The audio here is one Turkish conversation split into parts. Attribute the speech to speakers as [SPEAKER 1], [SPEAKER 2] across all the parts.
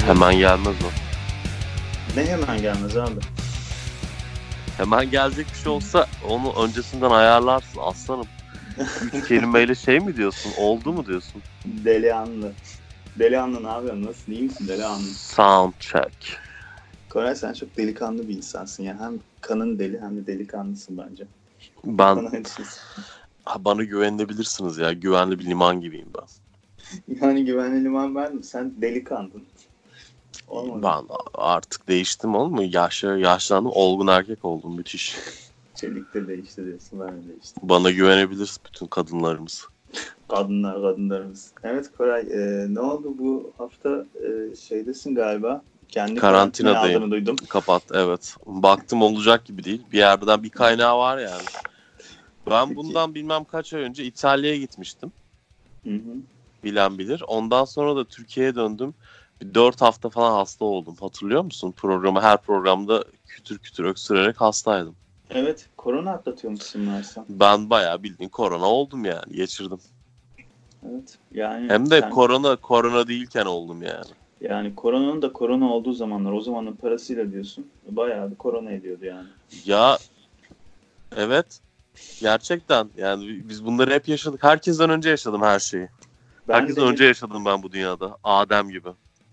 [SPEAKER 1] Hemen gelmez o.
[SPEAKER 2] Ne hemen gelmez abi?
[SPEAKER 1] Hemen gelecek bir şey olsa onu öncesinden ayarlarsın aslanım. 3 kelimeyle şey mi diyorsun? Oldu mu diyorsun?
[SPEAKER 2] Delihanlı. Delihanlı ne yapıyorsun? Nasılsın? İyi misin Delihanlı?
[SPEAKER 1] Sound check.
[SPEAKER 2] Koray sen çok delikanlı bir insansın ya. Hem kanın deli hem de delikanlısın bence.
[SPEAKER 1] Ben bana güvenilebilirsiniz ya. Güvenli bir liman gibiyim ben.
[SPEAKER 2] Yani güvenli liman ben mi? Sen delikandın. Olmadı.
[SPEAKER 1] Ben artık değiştim oğlum mu? Yaşlandım. Olgun erkek oldum. Müthiş.
[SPEAKER 2] Çelik de değişti diyorsun. Ben de değiştim.
[SPEAKER 1] Bana güvenebiliriz bütün kadınlarımız.
[SPEAKER 2] Kadınlarımız. Evet Koray ne oldu bu hafta şeydesin galiba. Kendi karantinaya
[SPEAKER 1] Karantinadayım.
[SPEAKER 2] aldığını duydum.
[SPEAKER 1] Kapat, evet. Baktım olacak gibi değil. Bir yerden bir kaynağı var yani. Ben
[SPEAKER 2] Peki.
[SPEAKER 1] bundan bilmem kaç ay önce İtalya'ya gitmiştim.
[SPEAKER 2] Hı.
[SPEAKER 1] Bilen bilir. Ondan sonra da Türkiye'ye döndüm. Bir 4 hafta falan hasta oldum. Hatırlıyor musun? Her programda kütür kütür öksürerek hastaydım.
[SPEAKER 2] Evet, korona atlatıyormuşsun meğersem.
[SPEAKER 1] Ben bayağı bildiğin korona oldum yani. Geçirdim.
[SPEAKER 2] Evet. Yani
[SPEAKER 1] Hem de
[SPEAKER 2] sen,
[SPEAKER 1] korona değilken oldum yani.
[SPEAKER 2] yani koronanın da korona olduğu zamanlar, o zamanın parasıyla diyorsun. Bayağı bir korona ediyordu yani.
[SPEAKER 1] Ya evet. Gerçekten yani biz bunları hep yaşadık. Herkesten önce yaşadım her şeyi. Herkesten önce yaşadım ben bu dünyada. Adem gibi.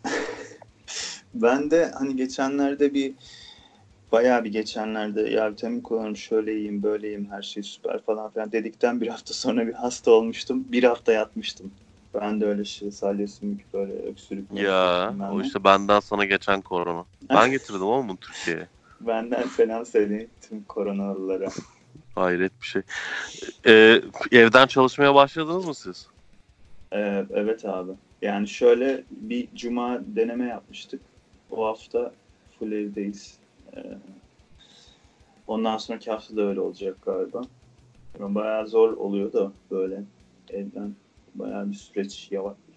[SPEAKER 2] Ben de hani bayağı bir geçenlerde ya vitamin kullanıyorum, şöyle yiyeyim, böyle yiyeyim, her şey süper falan filan dedikten bir hafta sonra bir hasta olmuştum. Bir hafta yatmıştım. Ben de öyle salya sümük, böyle öksürük.
[SPEAKER 1] Ya o işte benden sana geçen korona. Ben getirdim oğlum bunu Türkiye'ye.
[SPEAKER 2] Benden selam söyleyin tüm koronalılara.
[SPEAKER 1] Hayret bir şey. Evden çalışmaya başladınız mı siz?
[SPEAKER 2] Evet abi. Yani şöyle bir cuma deneme yapmıştık. O hafta full evdeyiz. Ondan sonraki hafta da öyle olacak galiba. Yani bayağı zor oluyor da böyle evden bayağı bir süreç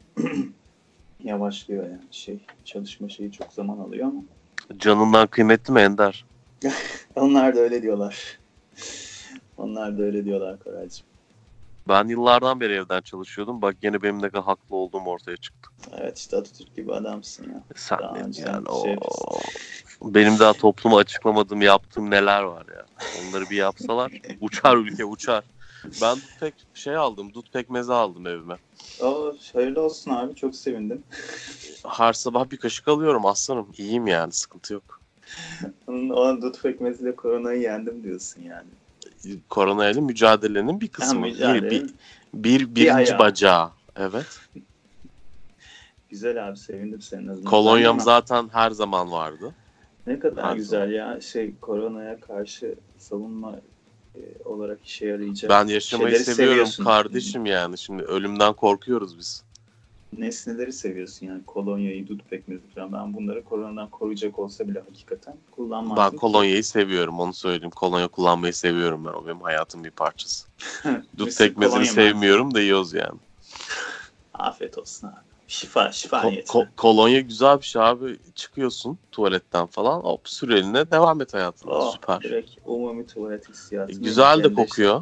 [SPEAKER 2] yavaşlıyor yani çalışma şeyi çok zaman alıyor ama.
[SPEAKER 1] Canından kıymetli mi Ender?
[SPEAKER 2] Onlar da öyle diyorlar. Onlar da öyle diyorlar Koraycığım.
[SPEAKER 1] Ben yıllardan beri evden çalışıyordum. Bak yine benim ne kadar haklı olduğum ortaya çıktı.
[SPEAKER 2] Evet işte Atatürk gibi adamsın ya.
[SPEAKER 1] Sen
[SPEAKER 2] Daha
[SPEAKER 1] de
[SPEAKER 2] önceden
[SPEAKER 1] yani benim daha topluma açıklamadığım yaptığım neler var ya. Onları bir yapsalar uçar ülke uçar. Ben dut pekmezi aldım evime.
[SPEAKER 2] Hayırlı olsun abi, çok sevindim.
[SPEAKER 1] Her sabah bir kaşık alıyorum aslanım. İyiyim yani, sıkıntı yok.
[SPEAKER 2] O dut pekmeziyle koronayı yendim diyorsun yani.
[SPEAKER 1] Koronayla mücadelenin bir kısmı. Birinci
[SPEAKER 2] ayağı.
[SPEAKER 1] bacağı. Evet.
[SPEAKER 2] Güzel abi, sevindim senin adına.
[SPEAKER 1] Kolonyam zaten her zaman vardı.
[SPEAKER 2] Ne kadar
[SPEAKER 1] her
[SPEAKER 2] güzel
[SPEAKER 1] zaman.
[SPEAKER 2] ya. Koronaya karşı savunma olarak işe yarayacak.
[SPEAKER 1] Ben yaşamayı seviyorum kardeşim
[SPEAKER 2] Hmm.
[SPEAKER 1] yani. Şimdi ölümden korkuyoruz biz.
[SPEAKER 2] Nesneleri seviyorsun yani. Kolonyayı, dut pekmezi falan. Ben bunları koronadan koruyacak olsa bile hakikaten kullanmazdım.
[SPEAKER 1] Ben kolonyayı seviyorum, onu söyleyeyim. Kolonya kullanmayı seviyorum ben. O benim hayatım bir parçası. Dut pekmezini sevmiyorum da yiyoruz yani.
[SPEAKER 2] Afiyet olsun abi. Şifa niyetine.
[SPEAKER 1] Kolonya güzel bir şey abi. Çıkıyorsun tuvaletten falan. Hop sür eline, devam et hayatına. Süper.
[SPEAKER 2] Direkt umumi tuvalet hissiyatı.
[SPEAKER 1] Güzel de kokuyor.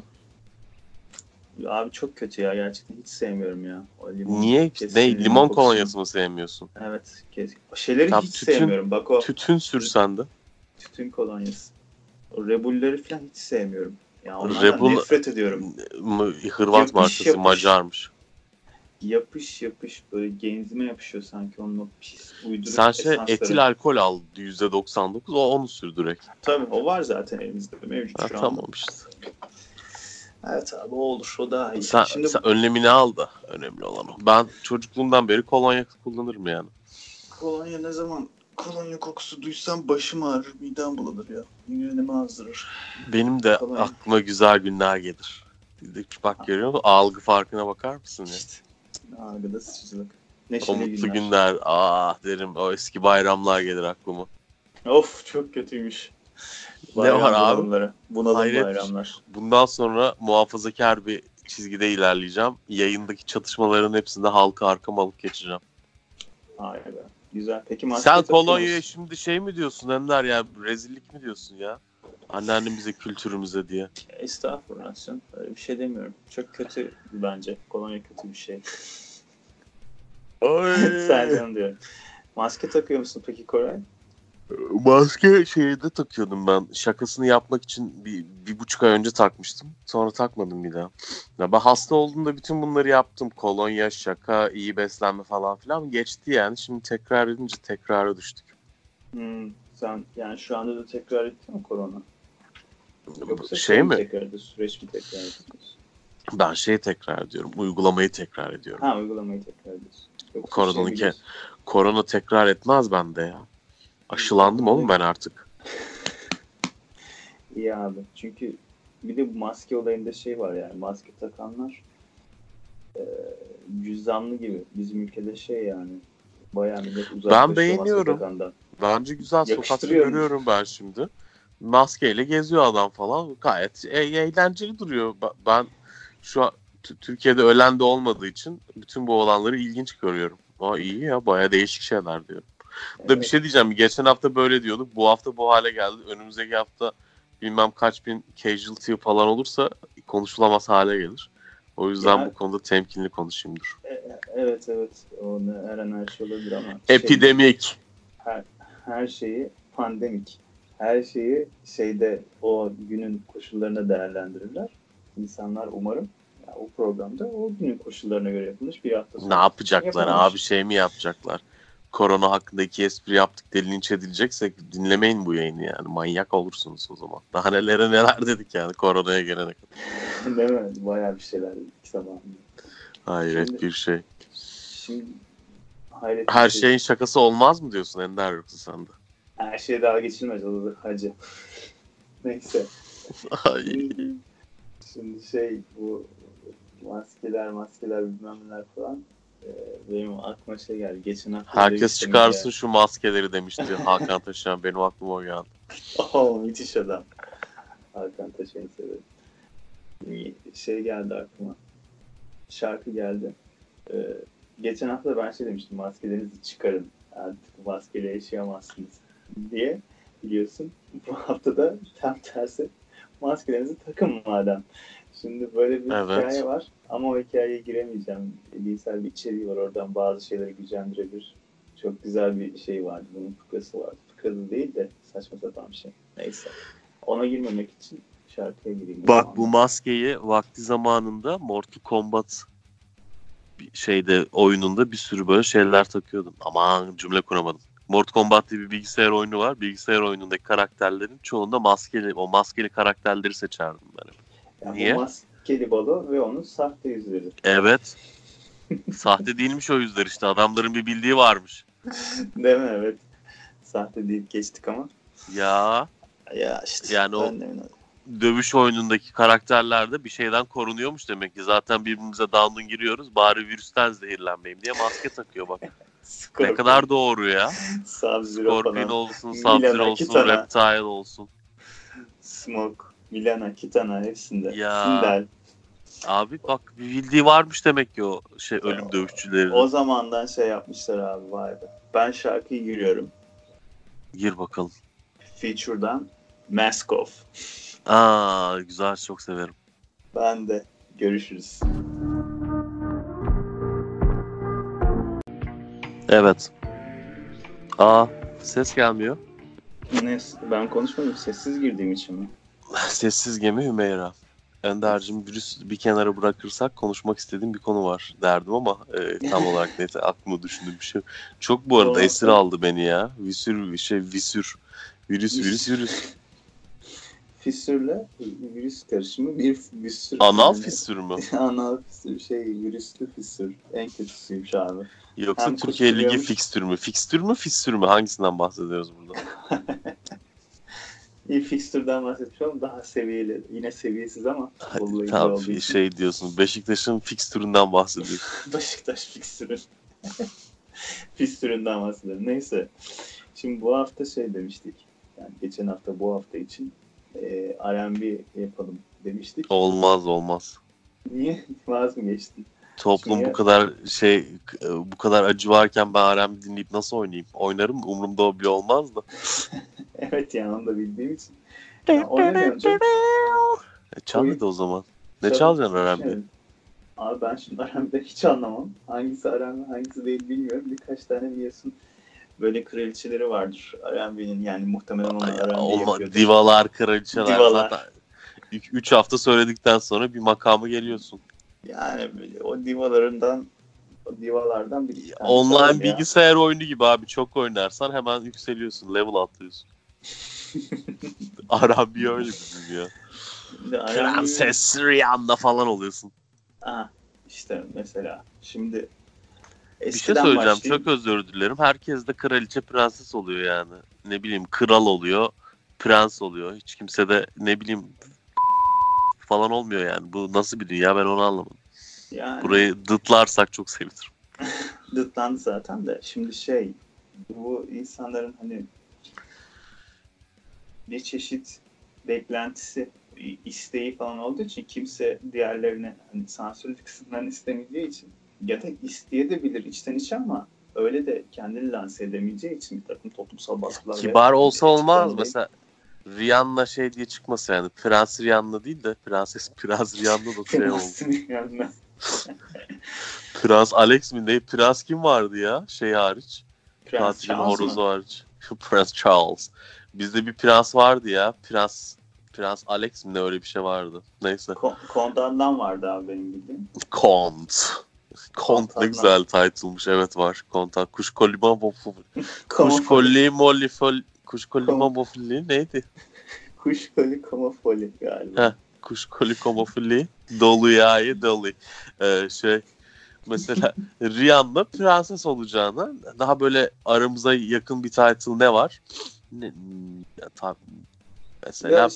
[SPEAKER 2] Abi çok kötü ya, gerçekten hiç sevmiyorum ya. O
[SPEAKER 1] Niye? Limon kolonyası mı sevmiyorsun?
[SPEAKER 2] Evet. Hiç sevmiyorum. Bak o.
[SPEAKER 1] Tütün sürsen de.
[SPEAKER 2] Tütün kolonyası. O Rebul'leri falan hiç sevmiyorum. Ya onlardan nefret ediyorum.
[SPEAKER 1] Hırvat markası, Macarmış.
[SPEAKER 2] Yapış böyle genzime yapışıyor sanki onun o pis uyduruk
[SPEAKER 1] sen
[SPEAKER 2] esansları.
[SPEAKER 1] Etil alkol al %99, onu sür direkt.
[SPEAKER 2] Tabii o var zaten elimizde, mevcut şu an.
[SPEAKER 1] Tamam işte.
[SPEAKER 2] Evet abi, o olur, o daha iyi.
[SPEAKER 1] Sen önlemini al da önemli olan o. Ben çocukluğumdan beri kolonya kullanırım yani.
[SPEAKER 2] Kolonya, ne zaman kolonya kokusu duysam başım ağrır, midem bulanır ya. Migrenimi azdırır.
[SPEAKER 1] Benim de aklıma güzel günler gelir. Bak görüyor musun? Algı farkına bakar mısın ya?
[SPEAKER 2] İşte. Algıda sıçrılık.
[SPEAKER 1] O mutlu günler. Derim, o eski bayramlar gelir aklıma.
[SPEAKER 2] Of çok kötüymüş.
[SPEAKER 1] Ne var abi?
[SPEAKER 2] Bunalım bayramlar.
[SPEAKER 1] Bundan sonra muhafazakar bir çizgide ilerleyeceğim. Yayındaki çatışmaların hepsinde halka arkama alıp geçeceğim.
[SPEAKER 2] Hayır be. Güzel. Peki
[SPEAKER 1] sen kolonyaya şimdi mi diyorsun Ender ya? Rezillik mi diyorsun ya? Anneannemize, kültürümüze diye.
[SPEAKER 2] Estağfurullah. Öyle bir şey demiyorum. Çok kötü bence. Kolonya kötü bir şey. Sadece diyorum. Maske takıyor musun peki Koray?
[SPEAKER 1] Maske şeyde takıyordum ben. Şakasını yapmak için bir buçuk ay önce takmıştım. Sonra takmadım bir daha. Ya ben hasta olduğumda bütün bunları yaptım. Kolonya, şaka, iyi beslenme falan filan. Geçti yani. Şimdi tekrar edince tekrara düştük.
[SPEAKER 2] Sen yani şu anda da tekrar etti mi korona? Yoksa
[SPEAKER 1] Şey mi?
[SPEAKER 2] tekrar ediyor, süreç mi tekrar ediyorsun?
[SPEAKER 1] Ben şeyi tekrar ediyorum. Uygulamayı tekrar ediyorum.
[SPEAKER 2] Ha, uygulamayı tekrar ediyorsun.
[SPEAKER 1] Korona tekrar etmez bende ya. Aşılandım oğlum ben artık.
[SPEAKER 2] İyi abi. Çünkü bir de bu maske olayında şey var yani. Maske takanlar cüzdanlı gibi. Bizim ülkede şey yani. Bayağı millet uzaklaşıyor.
[SPEAKER 1] Ben beğeniyorum. Bence güzel. Sokakta görüyorum ben şimdi. Maskeyle geziyor adam falan. Gayet eğlenceli duruyor. Ben şu an Türkiye'de ölen de olmadığı için bütün bu olanları ilginç görüyorum. Aa, iyi ya, bayağı değişik şeyler diyorum. Evet. Da bir şey diyeceğim. Geçen hafta böyle diyorduk. Bu hafta bu hale geldi. Önümüzdeki hafta bilmem kaç bin casualty falan olursa konuşulamaz hale gelir. O yüzden bu konuda temkinli konuşayımdır.
[SPEAKER 2] Evet. O her an her şey olabilir ama.
[SPEAKER 1] Epidemik.
[SPEAKER 2] Her şeyi pandemik. Her şeyi o günün koşullarına değerlendirirler. İnsanlar umarım o programda o günün koşullarına göre yapılmış bir hafta sonra.
[SPEAKER 1] Ne yapacaklar abi, şey mi yapacaklar? Korona hakkında 2 espri yaptık diye linç edileceksek dinlemeyin bu yayını yani. Manyak olursunuz o zaman. Daha neler dedik yani koronaya gelene kadar.
[SPEAKER 2] Değil mi? Bayağı bir şeyler dedik sabahında.
[SPEAKER 1] Hayret bir şey.
[SPEAKER 2] Şimdi
[SPEAKER 1] her şeyin şakası olmaz mı diyorsun Ender, yoksa sen de?
[SPEAKER 2] Her şeye daha geçilmez olur hacı. Neyse. Şimdi bu maskeler bilmem neler falan benim aklıma şey geldi. Geçen hafta
[SPEAKER 1] herkes çıkarsın şu maskeleri demişti Hakan Taşıyan. Benim aklıma o geldi.
[SPEAKER 2] Müthiş adam. Hakan Taşıyan'ı severim. Geldi aklıma. Şarkı geldi. Geçen hafta ben demiştim. Maskelerinizi çıkarın. Artık maskeyle yaşayamazsınız diye, biliyorsun. Bu hafta da tam tersi. Maskelerinizi takın madem. Şimdi böyle bir hikaye var. Ama o hikayeye giremeyeceğim. Bilgisayar bir içeriği var. Oradan bazı şeyleri gücendirebilir. Çok güzel bir şey vardı. Bunun fıkrası vardı. Fıkrası değil de saçma sapan bir şey. Neyse. Ona girmemek için şarkıya gireyim.
[SPEAKER 1] Bak, bu maskeyi vakti zamanında Mortal Kombat oyununda bir sürü böyle şeyler takıyordum. Aman, cümle kuramadım. Mortal Kombat diye bir bilgisayar oyunu var. Bilgisayar oyunundaki karakterlerin çoğunda maskeli karakterleri seçerdim ben.
[SPEAKER 2] Yani niye? Maskeli balo ve onun sahte yüzleri.
[SPEAKER 1] Evet. Sahte değilmiş o yüzler işte. Adamların bir bildiği varmış.
[SPEAKER 2] Değil mi? Evet. Sahte deyip geçtik ama.
[SPEAKER 1] Ya
[SPEAKER 2] işte.
[SPEAKER 1] Yani o dövüş oyunundaki karakterler de bir şeyden korunuyormuş demek ki. Zaten birbirimize down'un giriyoruz. Bari virüsten zehirlenmeyeyim diye maske takıyor bak. Ne kadar doğru ya. Scorpion olsun, Sub-Zero olsun, Kitana, Reptile olsun.
[SPEAKER 2] Smoke, Milana, Kitana hepsinde.
[SPEAKER 1] Ya.
[SPEAKER 2] Sindel.
[SPEAKER 1] Abi bak, bir bildiği varmış demek ki o ölüm dövüşçülerinin.
[SPEAKER 2] O zamandan yapmışlar abi, vay be. Ben şarkıyı giriyorum.
[SPEAKER 1] Gir bakalım.
[SPEAKER 2] Feature'dan Mask Off.
[SPEAKER 1] Güzel, çok severim.
[SPEAKER 2] Ben de. Görüşürüz.
[SPEAKER 1] Evet. Ses gelmiyor.
[SPEAKER 2] Ben konuşmadım. Sessiz girdiğim için mi?
[SPEAKER 1] Sessiz gemi Hümeyra. Ender'cim, virüs bir kenara bırakırsak konuşmak istediğim bir konu var derdim ama tam olarak neyse aklıma düşündüğüm bir şey. Çok bu arada esir aldı beni ya. Virüs.
[SPEAKER 2] Fissürle virüs karışımı bir fissür.
[SPEAKER 1] Anal fissür mü?
[SPEAKER 2] Anal fissür, virüslü fissür. En kötüsüymüş abi.
[SPEAKER 1] Yoksa Türkiye Ligi fikstür mü? Fikstür mü, fissür mü? Hangisinden bahsediyoruz burada?
[SPEAKER 2] Bir fikstürden bahsetmiş oldum. Daha seviyeli. Yine seviyesiz ama.
[SPEAKER 1] Tamam, diyorsun. Beşiktaş'ın fikstüründen bahsediyorsun.
[SPEAKER 2] Beşiktaş fikstürün. Fikstüründen bahsediyorum. Neyse. Şimdi bu hafta demiştik. Yani geçen hafta bu hafta için R&B yapalım demiştik.
[SPEAKER 1] Olmaz.
[SPEAKER 2] Niye? Vaz mı geçtin?
[SPEAKER 1] Toplum bu kadar acı varken ben R&B dinleyip nasıl oynayayım? Oynarım, umurumda bile olmaz da.
[SPEAKER 2] Evet yani, onu da bildiğim için. Oynamıyorum canım.
[SPEAKER 1] Çal hadi o zaman. Ne çalacaksın R&B?
[SPEAKER 2] Abi ben şimdi R&B'de hiç anlamam. Hangisi R&B hangisi değil bilmiyorum. Birkaç tane biliyorsun böyle kraliçeleri vardır R&B'nin, yani muhtemelen onu R&B yapıyordur.
[SPEAKER 1] Divalar, kraliçeler
[SPEAKER 2] Divalar.
[SPEAKER 1] zaten 3 hafta söyledikten sonra bir makamı geliyorsun.
[SPEAKER 2] Yani o divalardan bir iki tanesi
[SPEAKER 1] Online
[SPEAKER 2] var ya.
[SPEAKER 1] bilgisayar oyunu gibi abi, çok oynarsan hemen yükseliyorsun, level atlıyorsun. R&B öyle bir dünya. Prenses Rihanna falan oluyorsun.
[SPEAKER 2] İşte mesela şimdi
[SPEAKER 1] Bir şey söyleyeceğim, çok özür dilerim. Herkes de kraliçe prenses oluyor yani. Ne bileyim, kral oluyor, prens oluyor. Hiç kimse de ne bileyim falan olmuyor yani. Bu nasıl bir dünya, ben onu anlamadım.
[SPEAKER 2] Yani,
[SPEAKER 1] burayı dıtlarsak çok sevinirim.
[SPEAKER 2] Dıtlandı zaten de. Şimdi bu insanların hani bir çeşit beklentisi, isteği falan olduğu için kimse diğerlerine hani sansürlü kısımlarını istemeyeceği için, ya da isteyebilir içten içe ama öyle de kendini lanse edemeyeceği için bir takım toplumsal baskılar.
[SPEAKER 1] Kibar olsa olmaz. Mesela Rihanna diye çıkması yani. Prens Rihanna değil de Prens Rihanna da oldu. Prens Alex mi ne? Prens kim vardı ya? Hariç. Tatilin horozu hariç. Prens Charles. Bizde bir prens vardı ya. Prens Alex mi ne, öyle bir şey vardı. Neyse.
[SPEAKER 2] Kont'dan vardı abi benim bildiğim.
[SPEAKER 1] Kont ne güzel title'mış. Evet var. Konta. Kuşkolima Mofuli neydi?
[SPEAKER 2] Kuşkoli Komofoli galiba.
[SPEAKER 1] Kuşkoli Komofuli. Dolu yağı dolu. Mesela Rihanna prenses olacağına daha böyle aramıza yakın bir title ne var? Mesela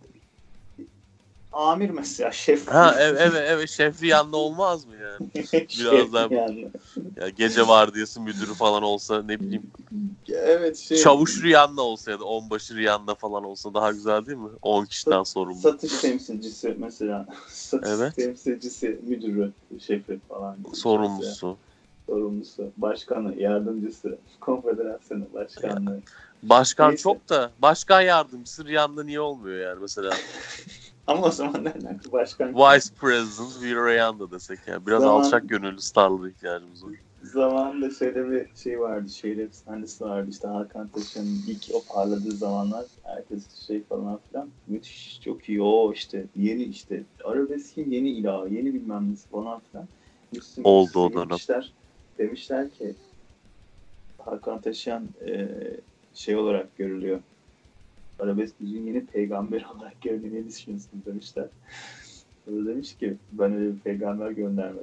[SPEAKER 2] amir mesela, şef.
[SPEAKER 1] Evet şef Rihanna olmaz mı yani? Biraz daha ya gece vardiyası müdürü falan olsa, ne bileyim.
[SPEAKER 2] Evet
[SPEAKER 1] Çavuş Rihanna olsa ya da onbaşı Rihanna falan olsa daha güzel değil mi? 10 kişiden sorumlu.
[SPEAKER 2] Satış temsilcisi mesela. Temsilcisi, müdürü, şefi falan.
[SPEAKER 1] Sorumlusu.
[SPEAKER 2] Başkanı, yardımcısı, konfederasyonu başkanlığı.
[SPEAKER 1] Başkan neyse. Çok da başkan yardımcısı Rihanna niye olmuyor yani mesela?
[SPEAKER 2] Ama o zaman nereden başkan?
[SPEAKER 1] Vice President Rihanna desek yani. Biraz alçak gönüllü starlara ihtiyacımız var.
[SPEAKER 2] Zamanında bir vardı. Şehir efsanesi vardı. İşte Hakan Taş'ın ilk o parladığı zamanlar herkes falan filan. Müthiş, çok iyi. O yeni arabeskin yeni ilahı, yeni bilmem nesi falan filan.
[SPEAKER 1] Oldu o dönem.
[SPEAKER 2] Demişler ki Hakan Taşyan olarak görülüyor. Arabesk müziğin yeni peygamberi olarak görülüyor. Ne düşünüyorsunuz demişler. O da demiş ki ben öyle bir peygamber göndermedim.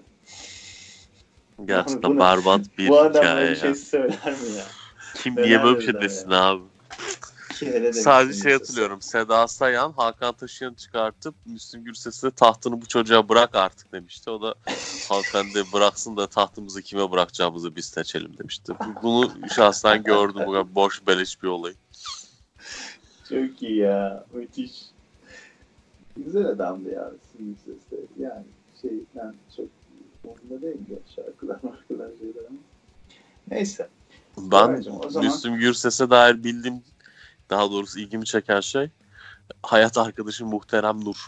[SPEAKER 1] Gerçekten berbat bir hikaye.
[SPEAKER 2] Bu adam böyle bir şey söyler mi ya?
[SPEAKER 1] Kim niye böyle bir şey desin abi? Sadece hatırlıyorum. Seda Sayan Hakan Taşıyan'ı çıkartıp Müslüm Gürses'e tahtını bu çocuğa bırak artık demişti. O da hanımefendi bıraksın da tahtımızı kime bırakacağımızı biz seçelim demişti. Bunu şahsen gördüm. Bu kadar boş beleş bir olay.
[SPEAKER 2] Çok iyi ya. Müthiş. Güzel adamdı ya Müslüm Gürses'te. Yani ben çok umurumda değildi şarkılar şeyler ama. Neyse.
[SPEAKER 1] Ben Müslüm Gürses'e dair bildiğim, daha doğrusu ilgimi çeken hayat arkadaşı Muhterem Nur.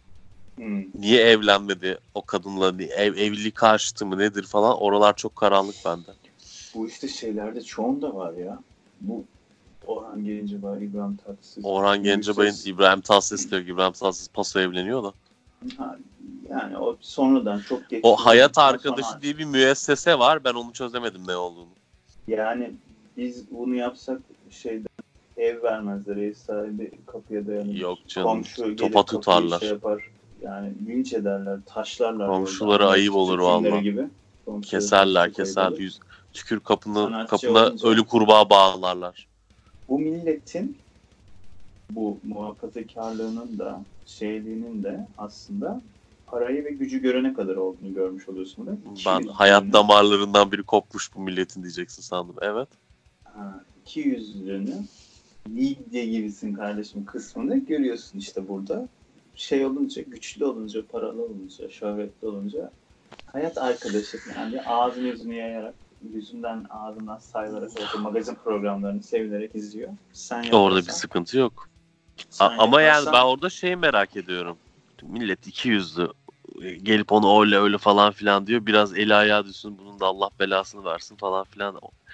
[SPEAKER 1] Niye evlenmedi o kadınla? Evlilik karşıtı mı nedir falan, oralar çok karanlık bende.
[SPEAKER 2] Bu şeylerde çoğunda var ya. Bu Orhan Gencebay, İbrahim Tatlıses.
[SPEAKER 1] Orhan Gencebay'ın İbrahim Tatlıses diyor. İbrahim Tatlıses paso evleniyor da.
[SPEAKER 2] Yani o sonradan çok geç.
[SPEAKER 1] O hayat arkadaşı diye bir müessese var. Ben onu çözemedim ne olduğunu.
[SPEAKER 2] Yani biz bunu yapsak ev vermezler. Ev sahibi kapıya dayanır.
[SPEAKER 1] Yok canım.
[SPEAKER 2] Komşu
[SPEAKER 1] topa tutarlar.
[SPEAKER 2] Yapar. Yani linç ederler, taşlarlar.
[SPEAKER 1] Komşulara ayıp olur vallahi. Keserler. Tükür kapına ölü kurbağa bağlarlar.
[SPEAKER 2] Bu milletin bu muhafazakarlığının da de aslında parayı ve gücü görene kadar olduğunu görmüş oluyorsun da.
[SPEAKER 1] Ben hayat damarlarından biri kopmuş bu milletin diyeceksin sandım. Evet.
[SPEAKER 2] 200'lüğünü Lidya gibisin kardeşim kısmını görüyorsun burada. Olunca, güçlü olunca, paralı olunca, şöhretli olunca hayat arkadaşı yani ağzını yüzünü yayarak, yüzünden ağzından sayılarak magazin programlarını sevinerek izliyor.
[SPEAKER 1] Orada bir sıkıntı yok. Ama yani ben orada merak ediyorum. Millet 200'lü gelip onu öyle falan filan diyor. Biraz eli ayağı düşsün, bunun da Allah belasını versin falan filan.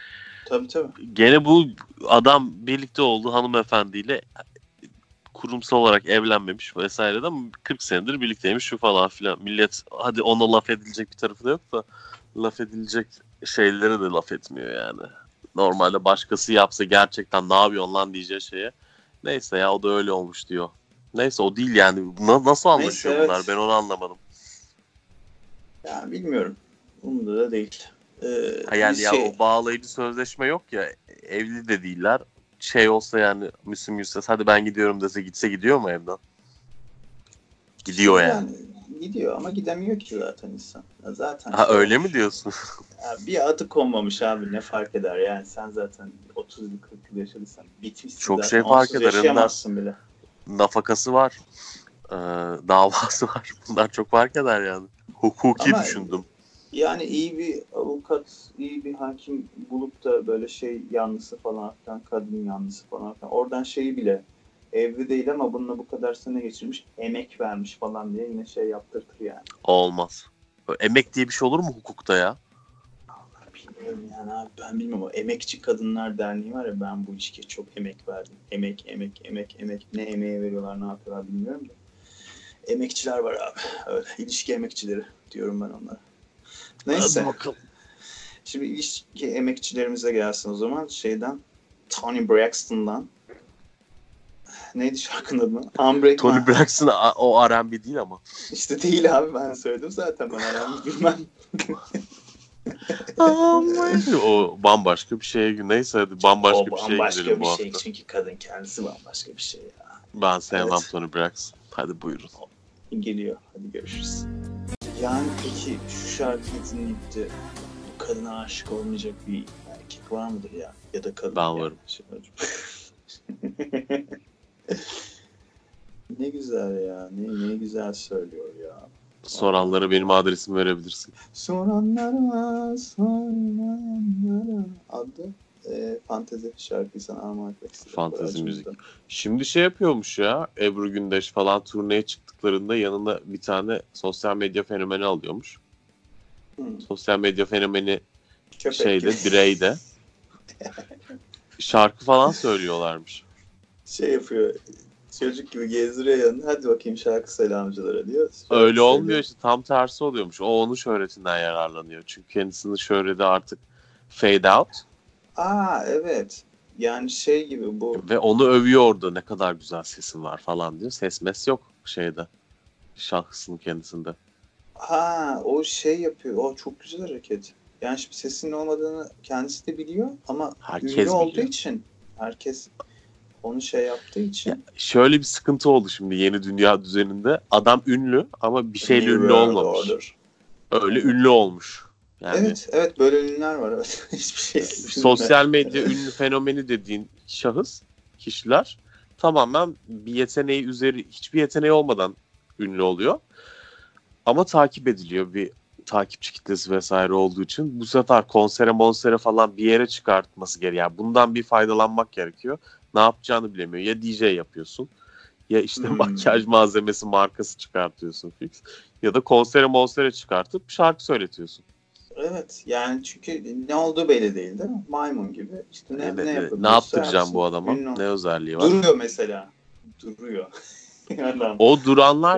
[SPEAKER 2] Tabii.
[SPEAKER 1] Gene bu adam birlikte olduğu hanımefendiyle kurumsal olarak evlenmemiş vesaire de, ama 40 senedir birlikteymiş şu falan filan. Millet hadi ona laf edilecek bir tarafı da yok da laf edilecek şeylere de laf etmiyor yani. Normalde başkası yapsa gerçekten ne yapıyorsun lan diyeceği şeye. Neyse ya, o da öyle olmuş diyor. Neyse, o değil yani. Nasıl anlaşıyor
[SPEAKER 2] Neyse,
[SPEAKER 1] bunlar?
[SPEAKER 2] evet.
[SPEAKER 1] Ben onu anlamadım.
[SPEAKER 2] Ya bilmiyorum. Bunda da değil.
[SPEAKER 1] Yani ya o bağlayıcı sözleşme yok ya, evli de değiller. Şey olsa yani, Müslüm Gürses hadi ben gidiyorum dese, gitse gidiyor mu evden? Gidiyor yani.
[SPEAKER 2] Gidiyor ama gidemiyor ki zaten insan. Zaten
[SPEAKER 1] Ha öyle mi diyorsun?
[SPEAKER 2] Ya bir adı konmamış abi, ne fark eder yani, sen zaten 30 yıl 40 yıl yaşadıysan bitmişsin
[SPEAKER 1] Çok
[SPEAKER 2] zaten.
[SPEAKER 1] şey fark
[SPEAKER 2] Onsuz
[SPEAKER 1] eder.
[SPEAKER 2] yaşayamazsın bile.
[SPEAKER 1] Nafakası var. Davası var. Bunlar çok fark eder yani. Hukuki
[SPEAKER 2] Ama
[SPEAKER 1] düşündüm.
[SPEAKER 2] yani iyi bir avukat, iyi bir hakim bulup da böyle şey yanlısı falan filan, kadın yanlısı falan filan. Oradan şeyi bile, evli değil ama bununla bu kadar sene geçirmiş, emek vermiş falan diye yine şey yaptırtır yani.
[SPEAKER 1] Olmaz. Emek diye bir şey olur mu hukukta ya?
[SPEAKER 2] Bilmiyorum yani abi, ben bilmiyorum. O Emekçi Kadınlar Derneği var ya, ben bu ilişkiye çok emek verdim. Emek. Ne emeğe veriyorlar, ne yapıyorlar bilmiyorum da. Emekçiler var abi. Öyle ilişki emekçileri diyorum ben onlara. Neyse.
[SPEAKER 1] Hadi bakalım.
[SPEAKER 2] Şimdi ilişki emekçilerimize gelsin o zaman. Toni Braxton'dan. Neydi şarkının adı? Unbreak
[SPEAKER 1] Toni
[SPEAKER 2] My.
[SPEAKER 1] Braxton o R&B değil ama.
[SPEAKER 2] İşte değil abi, ben söyledim zaten, ben R&B bilmem.
[SPEAKER 1] O bambaşka bir şeye, neyse hadi bambaşka bir şeye gidelim bu hafta.
[SPEAKER 2] Şey, çünkü kadın kendisi bambaşka bir şey ya.
[SPEAKER 1] Ben sevmem
[SPEAKER 2] Evet.
[SPEAKER 1] Toni Braxton. Hadi buyurun.
[SPEAKER 2] Geliyor. Hadi görüşürüz. Yani peki şu şarkıyı dinleyip de bu kadına aşık olmayacak bir erkek var mıdır ya? Ya da kadın.
[SPEAKER 1] Ben varım.
[SPEAKER 2] Ne güzel ya. Ne güzel söylüyor ya.
[SPEAKER 1] Soranlara benim adresimi verebilirsin.
[SPEAKER 2] Soranlara adlı fantezi şarkıyı sana armağan etmek istedim.
[SPEAKER 1] Fantezi müzik. Şimdi şey yapıyormuş ya, Ebru Gündeş falan turneye çıktıklarında yanına bir tane sosyal medya fenomeni alıyormuş. Sosyal medya fenomeni bireyde şarkı falan söylüyorlarmış.
[SPEAKER 2] Şey yapıyor, çocuk gibi gezdiriyor yanında, hadi bakayım şarkı söyle amcalara diyor.
[SPEAKER 1] Öyle olmuyor işte, tam tersi oluyormuş. O onun şöhretinden yararlanıyor. Çünkü kendisinin şöhreti artık fade out.
[SPEAKER 2] Evet. Yani şey gibi bu.
[SPEAKER 1] Ve onu övüyor orada, ne kadar güzel sesin var falan diyor. Ses mes yok şeyde, şahsın kendisinde.
[SPEAKER 2] O şey yapıyor. O çok güzel hareket. Yani şimdi sesinin olmadığını kendisi de biliyor ama
[SPEAKER 1] herkes
[SPEAKER 2] ünlü olduğu
[SPEAKER 1] biliyor.
[SPEAKER 2] için, herkes onu şey yaptığı için.
[SPEAKER 1] Ya, şöyle bir sıkıntı oldu şimdi yeni dünya düzeninde. Adam ünlü ama bir şeyle ünlü olmamış. Öyle ünlü olmuş. Yani
[SPEAKER 2] Evet böyle ünlüler var. Evet. Hiçbir şey.
[SPEAKER 1] Sosyal medya ünlü fenomeni dediğin kişiler tamamen bir yeteneği hiçbir yeteneği olmadan ünlü oluyor. Ama takip ediliyor, bir takipçi kitlesi vesaire olduğu için. Bu sefer konsere falan bir yere çıkartması gerekiyor. Yani bundan bir faydalanmak gerekiyor. Ne yapacağını bilemiyor. Ya DJ yapıyorsun, ya işte makyaj malzemesi markası çıkartıyorsun fix. Ya da konsere çıkartıp şarkı söyletiyorsun.
[SPEAKER 2] Evet yani çünkü ne olduğu belli değil mi? Maymun gibi. İşte
[SPEAKER 1] ne yaptıracağım bu adama? Ne özelliği var?
[SPEAKER 2] Duruyor mesela. Duruyor.
[SPEAKER 1] O duranlar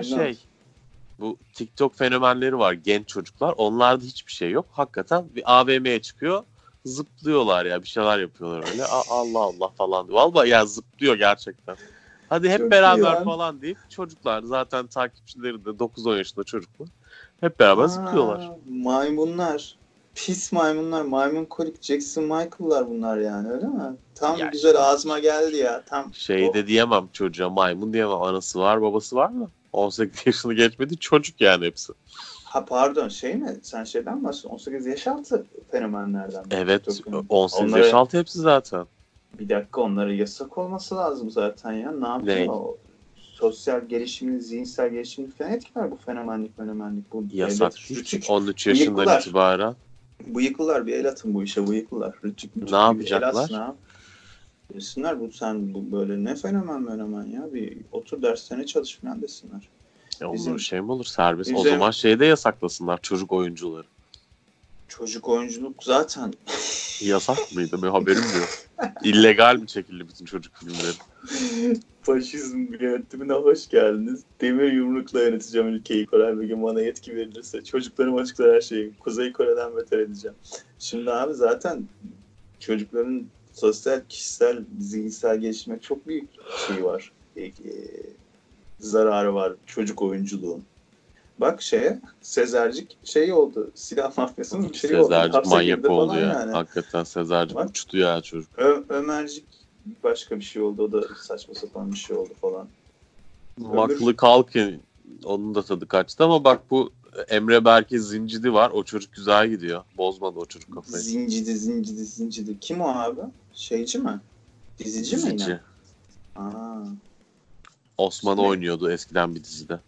[SPEAKER 1] bu TikTok fenomenleri var, genç çocuklar. Onlarda hiçbir şey yok. Hakikaten bir AVM'ye çıkıyor. Zıplıyorlar ya, bir şeyler yapıyorlar öyle. Allah Allah falan. Vallahi ya, zıplıyor gerçekten. Hadi hep çok beraber falan deyip çocuklar, zaten takipçileri de 9-10 yaşında çocuklar. Hep beraber zıplıyorlar.
[SPEAKER 2] Maymunlar. Pis maymunlar. Maymun kolik Jackson Michael'lar bunlar yani, öyle mi? Tam ya güzel ağzıma geldi ya. Tam
[SPEAKER 1] de diyemem çocuğa, maymun diyemem. Anası var, babası var mı? 18 yaşını geçmedi, çocuk yani hepsi.
[SPEAKER 2] Pardon, mi? Sen şeyden bahsediyorsun. 18 yaş altı fenomenlerden.
[SPEAKER 1] Evet, 18 yaş altı hepsi zaten.
[SPEAKER 2] Bir dakika, onlara yasak olması lazım zaten ya. Ne yapıyor? Sosyal gelişimini, zihinsel gelişimini falan etkiler bu fenomenlik. Bu
[SPEAKER 1] yasak değil. 13 yaşından itibaren.
[SPEAKER 2] Bıyıklılar bir el atın bu işe, bıyıklılar.
[SPEAKER 1] Ne yapacaklar?
[SPEAKER 2] Desinler bu böyle ne fenomen ya, bir otur derslerine çalış falan desinler.
[SPEAKER 1] Olur şey mi olur, serbest. O zaman de yasaklasınlar çocuk oyuncuları.
[SPEAKER 2] Çocuk oyunculuk zaten
[SPEAKER 1] Yasak mıydı? Benim haberim de yok. İllegal mi çekildi bütün çocuk filmleri?
[SPEAKER 2] Faşizm yönetimine hoş geldiniz. Demir yumrukla yöneteceğim ülkeyi. Koray bir gün bana yetki verilirse. Çocuklarım açıklar her şeyi. Kuzey Kore'den beter edeceğim. Şimdi abi zaten çocukların sosyal, kişisel, zihinsel gelişime çok büyük şey var. Zararı var çocuk oyunculuğun. Bak Sezercik oldu. Silah mafyasının bir oldu.
[SPEAKER 1] Sezercik manyak oldu ya.
[SPEAKER 2] Yani.
[SPEAKER 1] Hakikaten Sezercik
[SPEAKER 2] Bak,
[SPEAKER 1] uçtu ya çocuk.
[SPEAKER 2] Ömercik başka bir şey oldu. O da saçma sapan bir şey oldu falan.
[SPEAKER 1] Maklı Kalkin onun da tadı kaçtı ama bak bu Emre Berke Zincidi var. O çocuk güzel gidiyor. Bozmadı o çocuk kafayı.
[SPEAKER 2] Zincidi. Kim o abi? Şeyci mi? Dizici mi yine? Aa.
[SPEAKER 1] Osman oynuyordu eskiden bir dizide.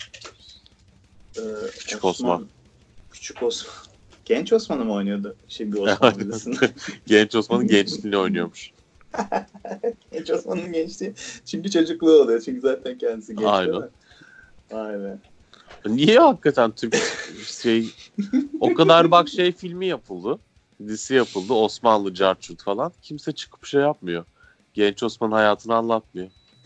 [SPEAKER 1] Küçük Osman.
[SPEAKER 2] Küçük Osman. Genç Osman'ı mı oynuyordu? Bir Osman dizisinde.
[SPEAKER 1] Genç Osman'ın gençliğini oynuyormuş.
[SPEAKER 2] Genç Osman'ın gençliği. Çünkü çocukluğu oluyor. Çünkü zaten kendisi genç.
[SPEAKER 1] Aynen.
[SPEAKER 2] Vay be.
[SPEAKER 1] Niye hakikaten Türk o kadar bak filmi yapıldı. Dizisi yapıldı. Osmanlı Carçurt falan. Kimse çıkıp şey yapmıyor. Genç Osman'ın hayatını anlatmıyor.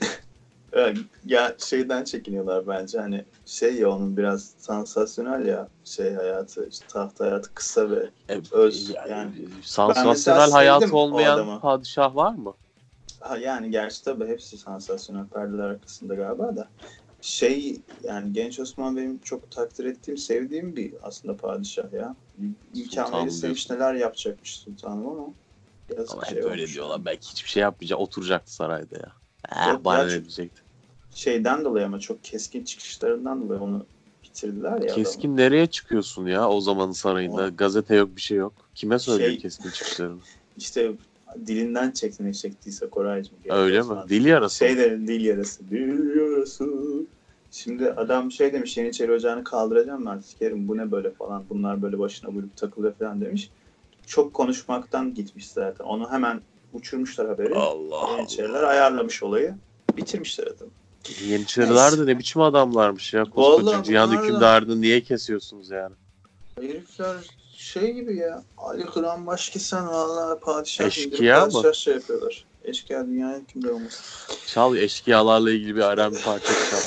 [SPEAKER 2] Ya şeyden çekiniyorlar bence hani ya onun biraz sansasyonel ya hayatı taht hayatı kısa ve öz yani
[SPEAKER 1] sansasyonel hayatı olmayan padişah var mı?
[SPEAKER 2] Yani gerçi tabii hepsi sansasyonel perdeler arkasında galiba da yani Genç Osman benim çok takdir ettiğim sevdiğim bir aslında padişah ya. İmkan verilmiş neler yapacakmış sultanım ama
[SPEAKER 1] hep öyle diyorlar. Belki hiçbir şey yapmayacak. Oturacaktı sarayda ya. Bana ne diyecekti?
[SPEAKER 2] Şeyden dolayı ama çok keskin çıkışlarından dolayı onu bitirdiler ya.
[SPEAKER 1] Keskin adamı. Nereye çıkıyorsun ya o zamanın sarayında? Gazete yok bir şey yok. Kime söylüyor keskin çıkışlarını? İşte
[SPEAKER 2] dilinden çektiyse Koraycığım.
[SPEAKER 1] Öyle mi? Dil yarası.
[SPEAKER 2] Dil yarası. Şimdi adam demiş Yeniçeri Ocağı'nı kaldıracağım ben sikerim bu ne böyle falan. Bunlar böyle başına vurup takılıyor falan demiş. Çok konuşmaktan gitmiş zaten. Onu hemen uçurmuşlar haberi. Yeniçeriler ayarlamış olayı. Bitirmişler adamı.
[SPEAKER 1] Yeniçeriler de ne biçim adamlarmış ya. Koskoca cihan hükümdarını niye kesiyorsunuz yani?
[SPEAKER 2] Herifler gibi ya. Ali Kıran Başkesen vallahi padişah
[SPEAKER 1] eşkıya mı?
[SPEAKER 2] Yapıyorlar. Eşkıya dünyanın hükümdarı olması.
[SPEAKER 1] Çal eşkıyalarla ilgili bir R&B parçası çal.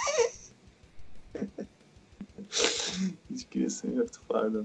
[SPEAKER 2] Hiç gülesim yoktu pardon.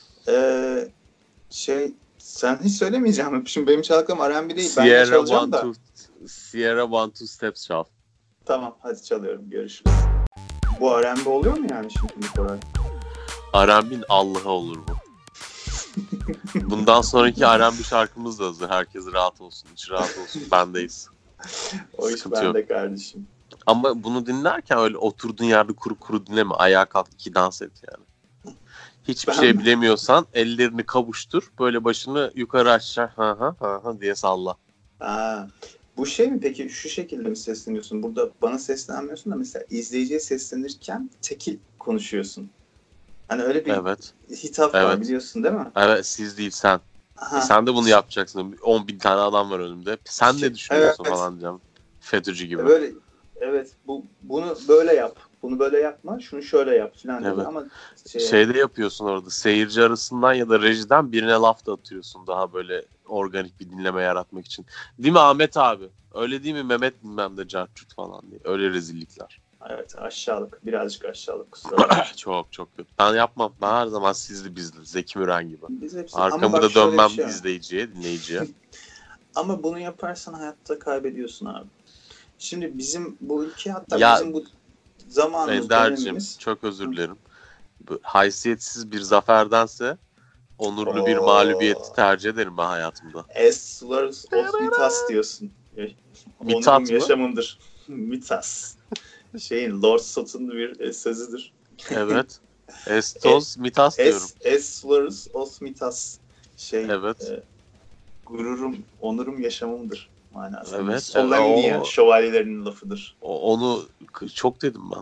[SPEAKER 2] Sen hiç söylemeyeceğim mi? Şimdi benim çalkım R&B değil. Ben de çalacağım da.
[SPEAKER 1] Sierra One Two Steps çal.
[SPEAKER 2] Tamam hadi çalıyorum. Görüşürüz. Bu R&B oluyor mu yani şimdi Koray?
[SPEAKER 1] R&B'nin Allah'a olur bu. Bundan sonraki R&B şarkımız da hazır. Herkes rahat olsun. İç rahat olsun. Bendeyiz.
[SPEAKER 2] O iş bende kardeşim.
[SPEAKER 1] Ama bunu dinlerken öyle oturduğun yerde kuru dinleme. Ayağa kalk iki dans et yani. Hiçbir şey bilemiyorsan ellerini kavuştur. Böyle başını yukarı aşağı ha diye salla.
[SPEAKER 2] Bu mi peki şu şekilde mi sesleniyorsun? Burada bana seslenmiyorsun da mesela izleyiciye seslenirken tekil konuşuyorsun. Hani öyle bir hitap var biliyorsun değil mi?
[SPEAKER 1] Evet siz değil sen. Sen de bunu yapacaksın. 10.000 tane adam var önümde. Sen ne düşünüyorsun falan diyeceğim. FETÖ'cü gibi.
[SPEAKER 2] Böyle, bunu böyle yap. Bunu böyle yapma. Şunu şöyle yap falan.
[SPEAKER 1] Evet.
[SPEAKER 2] Ama
[SPEAKER 1] şeyde yapıyorsun orada. Seyirci arasından ya da rejiden birine laf da atıyorsun. Daha böyle organik bir dinleme yaratmak için. Değil mi Ahmet abi? Öyle değil mi Mehmet bilmem de Cartçut falan diye. Öyle rezillikler.
[SPEAKER 2] Evet aşağılık. Birazcık aşağılık. Kusura bakma.
[SPEAKER 1] Çok kötü. Ben yapmam. Ben her zaman sizli bizli. Zeki Müren gibi.
[SPEAKER 2] Hepsi...
[SPEAKER 1] Arkamı da dönmem izleyiciye, dinleyiciye.
[SPEAKER 2] Ama bunu yaparsan hayatta kaybediyorsun abi. Şimdi bizim bu ülke hatta bizim bu zamanımız dönemimiz...
[SPEAKER 1] çok özür dilerim. Haysiyetsiz bir zaferdense onurlu bir mağlubiyeti tercih ederim ben hayatımda.
[SPEAKER 2] Es words of Mitas diyorsun. Onurum yaşamımdır. Mitas. Lord Sutton'un bir sözüdür.
[SPEAKER 1] Evet. Estos Mitas diyorum.
[SPEAKER 2] Es words of Mitas.
[SPEAKER 1] Evet.
[SPEAKER 2] Gururum, onurum yaşamımdır manasında.
[SPEAKER 1] Evet.
[SPEAKER 2] Solomnia şövalyelerinin lafıdır.
[SPEAKER 1] Onu çok dedim ben.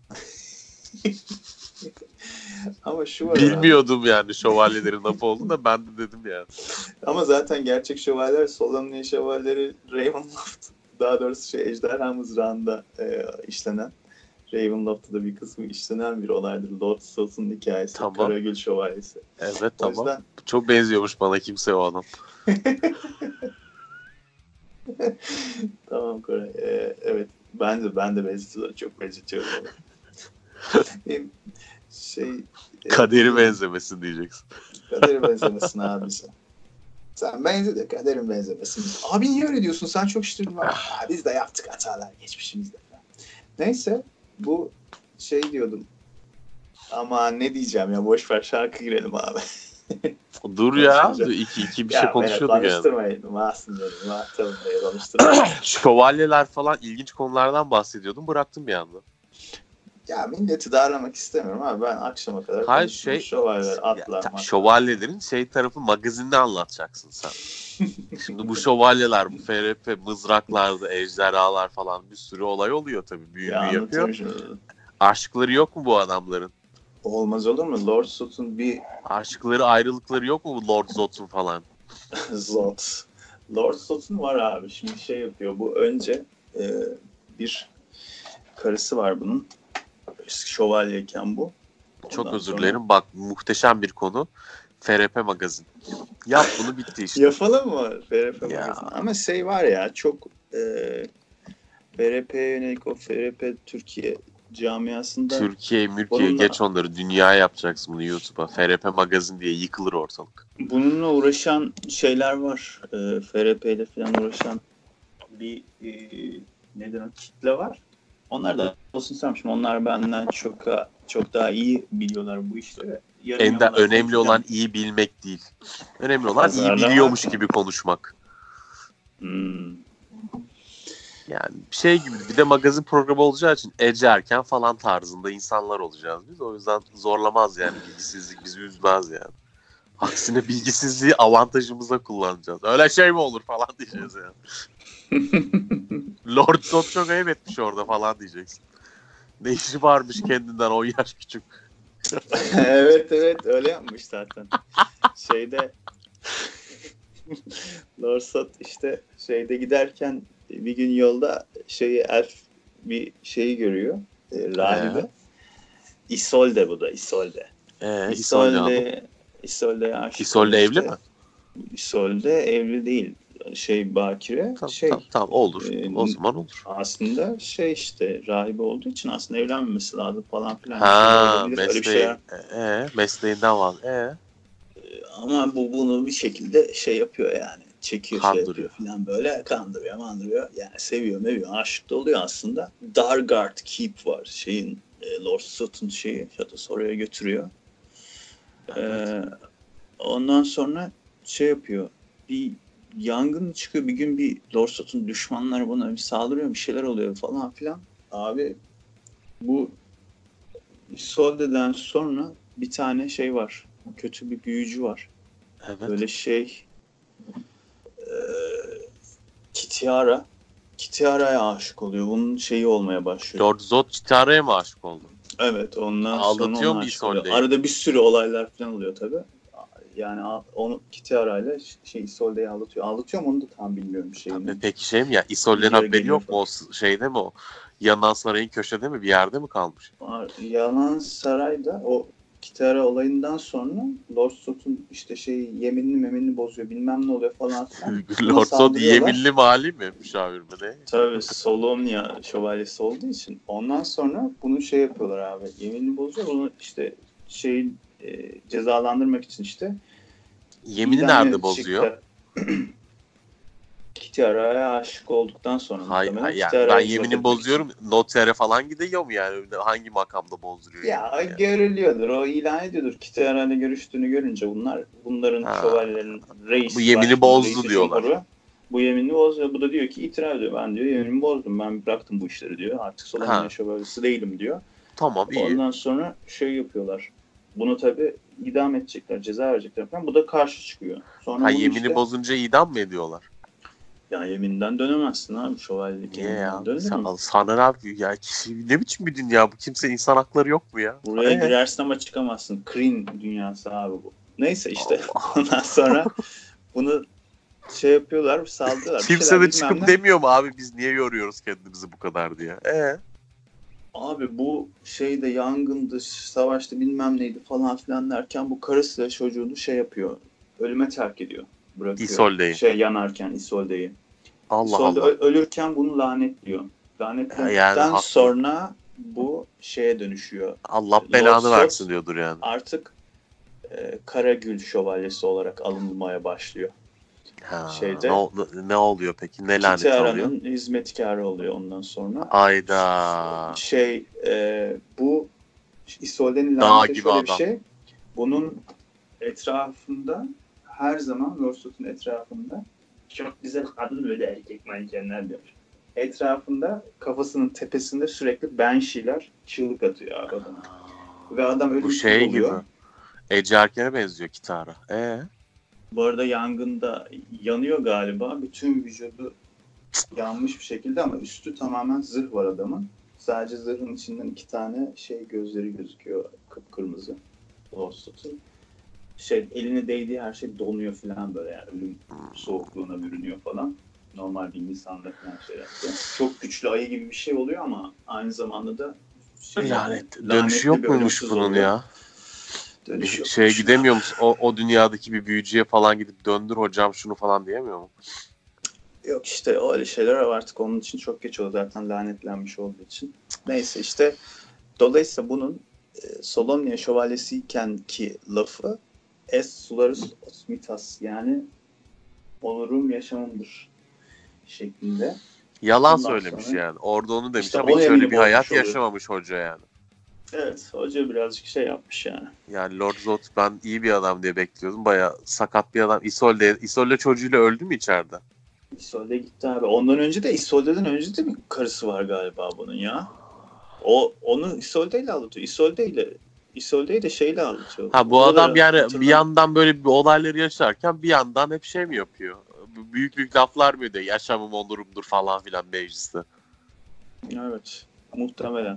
[SPEAKER 2] Ama şu var
[SPEAKER 1] bilmiyordum yani şövalyelerin lafı olduğunu da ben de dedim yani.
[SPEAKER 2] Ama zaten gerçek şövalyeler Solomnia şövalyeleri Ravenloft, daha doğrusu ejderha mızrağında işlenen Ravenloft'ta da bir kısmı işlenen bir olaydır. Lord Sot'un hikayesi.
[SPEAKER 1] Tamam.
[SPEAKER 2] Karagül Şövalyesi.
[SPEAKER 1] Evet,
[SPEAKER 2] O
[SPEAKER 1] tamam.
[SPEAKER 2] yüzden
[SPEAKER 1] Çok benziyormuş bana kimse o adam.
[SPEAKER 2] tamam Koray. Evet. Ben de benzetiyorum. Çok benzetiyorum onu. Benim
[SPEAKER 1] Kaderi benzemesin diyeceksin.
[SPEAKER 2] Kaderin benzemesin abi sen. Sen benze de kaderin benzemesin. Abi niye öyle diyorsun? Sen çok iştirdin. Biz de yaptık hatalar geçmişimizde falan. Neyse bu diyordum. Ama ne diyeceğim ya, boş ver, şarkı girelim abi.
[SPEAKER 1] Dur ya. İki bir şey konuşuyorduk yani.
[SPEAKER 2] Konuşturmayın. Masum dedim. Tamam konuşturmayın.
[SPEAKER 1] Şövalyeler falan ilginç konulardan bahsediyordum. Bıraktım bir anda.
[SPEAKER 2] Ya milleti darlamak istemiyorum abi. Ben akşama kadar
[SPEAKER 1] Hayır,
[SPEAKER 2] konuştum. Şövalyeler, atlar.
[SPEAKER 1] Şövalyelerin tarafı magazinini anlatacaksın sen. Şimdi bu şövalyeler, bu FRP, mızraklarda, ejderhalar falan bir sürü olay oluyor tabii. Büyü yapıyor. Aşkları yok mu bu adamların?
[SPEAKER 2] Olmaz olur mu? Lord Zod'un bir...
[SPEAKER 1] Aşkları, ayrılıkları yok mu bu Lord Zod'un falan?
[SPEAKER 2] Lord Zod'un var abi. Şimdi yapıyor. Bu önce bir karısı var bunun. Şövalyeyken bu.
[SPEAKER 1] Çok özür dilerim. Bak, muhteşem bir konu. FRP magazin. Yap bunu, bitti işte.
[SPEAKER 2] Yapalım mı FRP magazin? Ama var ya, çok FRP'ye yönelik, o FRP Türkiye camiasında...
[SPEAKER 1] Türkiye geç onları. Dünyaya yapacaksın bunu, YouTube'a. FRP magazin diye yıkılır ortalık.
[SPEAKER 2] Bununla uğraşan şeyler var. FRP ile falan uğraşan bir kitle var. Onlar da olsun sanmışım. Onlar benden çok daha iyi biliyorlar bu işleri.
[SPEAKER 1] Önemli olan iyi bilmek değil. Önemli olan iyi biliyormuş gibi konuşmak. Yani gibi, bir de magazin programı olacağı için Ece Erken falan tarzında insanlar olacağız biz. O yüzden zorlamaz yani, bilgisizlik bizi üzmez yani. Aksine bilgisizliği avantajımıza kullanacağız. Öyle şey mi olur falan diyeceğiz yani. Lord Zod çok ayıp etmiş orada falan diyeceksin. Ne işi varmış kendinden 10 yaş küçük.
[SPEAKER 2] evet öyle yapmış zaten. Lord Zod giderken bir gün yolda elf bir görüyor. Rahibe. Isolde bu da, Isolde. Isolde'ye aşık.
[SPEAKER 1] Isolde evli mi?
[SPEAKER 2] Isolde evli değil. Bakire.
[SPEAKER 1] Tamam olur. O zaman olur.
[SPEAKER 2] Aslında rahibe olduğu için aslında evlenmemesi lazım falan filan.
[SPEAKER 1] Mesleğinden var.
[SPEAKER 2] Ama bunu bir şekilde yapıyor yani. Çekiyor,
[SPEAKER 1] kandırıyor.
[SPEAKER 2] Yapıyor falan böyle. Kandırıyor. Yani seviyor. Aşık da oluyor aslında. Dargard Keep var. Lord Zod'un şatosu, oraya götürüyor. Evet. Ondan sonra yapıyor. Bir yangın çıkıyor. Bir gün bir Lord Zod'un düşmanları buna bir saldırıyor. Bir şeyler oluyor falan filan. Abi bu Isolde'den sonra bir tane var. Kötü bir büyücü var.
[SPEAKER 1] Evet.
[SPEAKER 2] Böyle Kitiara'ya aşık oluyor. Bunun olmaya başlıyor.
[SPEAKER 1] Lord Zod Kitiara'ya mı aşık oldu?
[SPEAKER 2] Evet, ondan
[SPEAKER 1] aldatıyor
[SPEAKER 2] sonra
[SPEAKER 1] mu Isolde'yi?
[SPEAKER 2] Arada bir sürü olaylar falan oluyor tabii. Yani onu Kitiara'yla Isolde'yi aldatıyor. Aldatıyor mu onu da tam bilmiyorum
[SPEAKER 1] Peki ya, Isolde'nin haberi yok mu? O mi o? Yanan sarayın köşede mi? Bir yerde mi kalmış?
[SPEAKER 2] Yanan sarayda o Kitiara olayından sonra Lord Zod'un yeminini bozuyor, bilmem ne oluyor falan.
[SPEAKER 1] Lord Zod yeminli mali mi? Müşavir mi ne?
[SPEAKER 2] Tabii, Solomnia şövalyesi olduğu için. Ondan sonra bunu yapıyorlar abi. Yeminini bozuyor. Bunu cezalandırmak için
[SPEAKER 1] yemini nerede bozuyor?
[SPEAKER 2] Kitiara'ya aşık olduktan sonra.
[SPEAKER 1] Hayır yani ben yeminimi bozuyorum. Notere falan gidiyor mu yani? Hangi makamda bozduruyor?
[SPEAKER 2] Ya görülüyordur. O ilan ediyordur. Kitiara'yla görüştüğünü görünce bunların şövalyelerin reisi.
[SPEAKER 1] Bu yemini bozdu diyorlar.
[SPEAKER 2] Cumhuru, bu yeminini bozuyor. Bu da diyor ki, itiraf ediyor. Ben diyor yeminimi bozdum. Ben bıraktım bu işleri diyor. Artık Solomnia şövalyesi değilim diyor.
[SPEAKER 1] Tamam, iyi.
[SPEAKER 2] Ondan sonra yapıyorlar. Bunu tabii idam edecekler. Ceza verecekler falan. Bu da karşı çıkıyor. Sonra
[SPEAKER 1] yemini bozunca idam mı ediyorlar?
[SPEAKER 2] Ya yeminden dönemezsin abi. Şövalyelik yeminden dönülür mü?
[SPEAKER 1] Sana abi ya, ne biçim bir dünya bu? Kimse insan hakları yok mu ya?
[SPEAKER 2] Buraya girersin ama çıkamazsın. Kreen dünyası abi bu. Neyse ondan sonra bunu yapıyorlar, saldırıyorlar.
[SPEAKER 1] Kimse de çıkıp demiyor mu abi, biz niye yoruyoruz kendimizi bu kadar diye?
[SPEAKER 3] Abi bu şeyde yangındı, savaştı bilmem neydi falan filan derken bu karısıyla çocuğunu şey yapıyor. Ölüme terk ediyor. Bırakıyor.
[SPEAKER 1] Isolde'yi.
[SPEAKER 3] Şey yanarken Isolde'yi.
[SPEAKER 1] Allah
[SPEAKER 3] Isolde
[SPEAKER 1] Allah.
[SPEAKER 3] ölürken bunu lanetliyor. Lanetledikten
[SPEAKER 1] haklı.
[SPEAKER 3] sonra bu şeye dönüşüyor.
[SPEAKER 1] Allah
[SPEAKER 3] Lord
[SPEAKER 1] belanı
[SPEAKER 3] Zod
[SPEAKER 1] versin diyordur yani.
[SPEAKER 3] artık Karagül şövalyesi olarak alınmaya başlıyor. Şeyde.
[SPEAKER 1] Ne oluyor peki? Ne lanet alıyor?
[SPEAKER 3] Kitaran'ın hizmetkarı oluyor ondan sonra.
[SPEAKER 1] Ayda.
[SPEAKER 3] Bu Isolde'nin
[SPEAKER 1] Dağ
[SPEAKER 3] laneti
[SPEAKER 1] gibi
[SPEAKER 3] şöyle bir
[SPEAKER 1] adam.
[SPEAKER 3] şey. Bunun etrafında her zaman Lord Zod'un etrafında çok güzel kadın böyle erkek mankenler diyor. Etrafında kafasının tepesinde sürekli banshee'ler çığlık atıyor abi adama. Ve adam
[SPEAKER 1] Bu
[SPEAKER 3] ölümsüz
[SPEAKER 1] şey
[SPEAKER 3] oluyor.
[SPEAKER 1] gibi. Ece Erken'e benziyor Kitara.
[SPEAKER 3] Bu arada yangında yanıyor galiba. Bütün vücudu yanmış bir şekilde ama üstü tamamen zırh var adamın. Sadece zırhın içinden 2 tane gözleri gözüküyor kıpkırmızı. Lost'un. Eline değdiği her şey donuyor falan böyle yani ölüm soğukluğuna bürünüyor falan. Normal bir insanda falan şey yapıyor. Çok güçlü ayı gibi bir şey oluyor ama aynı zamanda da
[SPEAKER 1] Dönüşü yok muymuş bunun ya? Gidemiyor musun? O dünyadaki bir büyücüye falan gidip döndür hocam şunu falan diyemiyor mu?
[SPEAKER 3] Yok işte öyle şeyler var artık onun için çok geç oldu zaten lanetlenmiş olduğu için. Neyse işte dolayısıyla bunun Solomnia şövalyesiyken ki lafı es sularus osmitas yani onurum yaşamımdır şeklinde.
[SPEAKER 1] Yalan
[SPEAKER 3] Bundan
[SPEAKER 1] söylemiş
[SPEAKER 3] sonra,
[SPEAKER 1] yani. Orada onu demiş
[SPEAKER 3] işte
[SPEAKER 1] ama hiç öyle bir hayat
[SPEAKER 3] oluyor.
[SPEAKER 1] yaşamamış hoca yani.
[SPEAKER 3] Evet hoca birazcık şey yapmış yani.
[SPEAKER 1] Yani Lord Zod ben iyi bir adam diye bekliyordum. Bayağı sakat bir adam. Isolde çocuğuyla öldü mü içeride?
[SPEAKER 3] Isolde gitti abi. Ondan önce de Isolde'den önce de bir karısı var galiba bunun ya. Onu Isolde ile aldatıyor. Isolde'yi de şeyle aldatıyor.
[SPEAKER 1] Bu adam yani bir yandan böyle bir olayları yaşarken bir yandan hep şey mi yapıyor? Büyük büyük laflar mı ediyor? Yaşamım onurumdur falan filan mecliste.
[SPEAKER 3] Evet. Muhtemelen.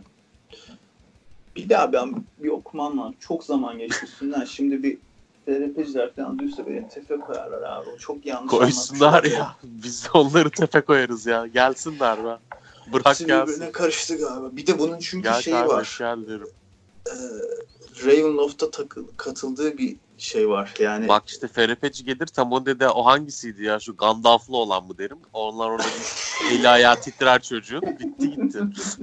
[SPEAKER 3] Bir daha ben bir okumam lazım. Çok zaman geçti üstünden. Şimdi bir terapiciler falan duysa beni tefe koyarlar abi. O çok yanlış
[SPEAKER 1] koysunlar ya. Biz de onları tefe koyarız ya. Gelsinler be. Bırak
[SPEAKER 3] hepsi
[SPEAKER 1] gelsin.
[SPEAKER 3] birbirine karıştı galiba. Bir de bunun çünkü
[SPEAKER 1] gel
[SPEAKER 3] şeyi
[SPEAKER 1] kardeş,
[SPEAKER 3] var.
[SPEAKER 1] Gel derim.
[SPEAKER 3] Ravenloft'a katıldığı bir şey var. Yani
[SPEAKER 1] bak işte Ferepeci gelir tam o dede o hangisiydi ya şu Gandalf'lı olan mı derim. Onlar orada bir eli ayağı titrer çocuğun. Bitti gitti.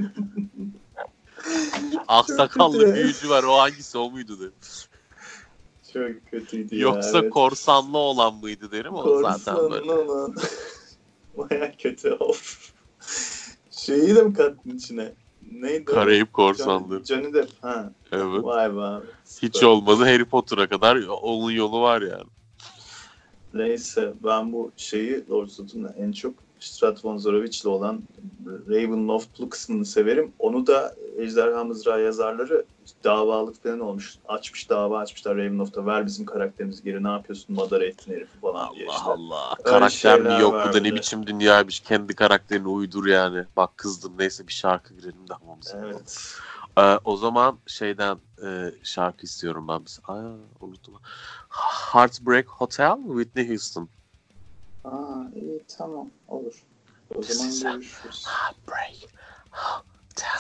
[SPEAKER 1] Aksakallı büyücü var o hangisi o muydu derim.
[SPEAKER 3] Çok kötüydü
[SPEAKER 1] Yoksa
[SPEAKER 3] evet.
[SPEAKER 1] korsanlı olan mıydı derim. O zaten böyle.
[SPEAKER 3] Korsanlı olan. Baya kötü of. Şeyi de mi kattın içine? Neydi
[SPEAKER 1] Karayip korsanları.
[SPEAKER 3] Johnny Depp. Ha.
[SPEAKER 1] Evet.
[SPEAKER 3] Vay be.
[SPEAKER 1] Hiç olmadı Harry Potter'a kadar onun yolu var yani.
[SPEAKER 3] Neyse ben bu Lord Zod'un en çok Strat von Zorovich'le olan Ravenloft'lu kısmını severim. Onu da Ejderha Mızrağı yazarları davalık falan olmuş. Dava açmışlar Ravenloft'a. Ver bizim karakterimizi geri ne yapıyorsun madara ettin herifi falan diye.
[SPEAKER 1] Allah Allah.
[SPEAKER 3] Öyle
[SPEAKER 1] Karakter mi yok
[SPEAKER 3] var
[SPEAKER 1] bu da ne
[SPEAKER 3] böyle.
[SPEAKER 1] biçim dünyaymış. Kendi karakterini uydur yani. Bak kızdım neyse bir şarkı girelim de hamamıza.
[SPEAKER 3] Evet.
[SPEAKER 1] O zaman şarkı istiyorum ben. Unuttum. Heartbreak Hotel Whitney Houston.
[SPEAKER 3] İyi tamam olur. O zaman görüşürüz.
[SPEAKER 1] Heartbreak Hotel.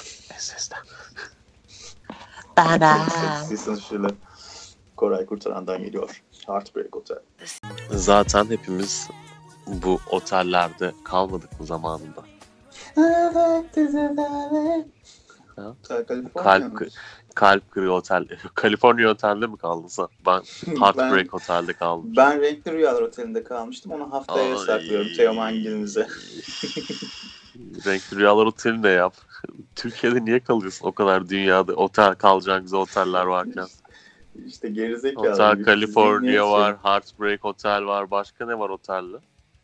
[SPEAKER 3] Season şöyle Koray Kurtaran'dan geliyor. Heartbreak Hotel.
[SPEAKER 1] Zaten hepimiz bu otellerde kalmadık mı zamanında? Kalp kırığı otel. Kaliforniya otelde mi kaldın sen? Ben Heartbreak otelde kaldım.
[SPEAKER 3] Ben Renkli Rüyalar Oteli'nde kalmıştım. Onu haftaya saklıyorum Teoman Gil'imize.
[SPEAKER 1] Renkli Rüyalar Oteli ne yap? Türkiye'de niye kalıyorsun? O kadar dünyada otel kalacağın güzel oteller varken.
[SPEAKER 3] İşte gerizekalı.
[SPEAKER 1] Hotel California var, Heartbreak Hotel var. Başka ne var otelde?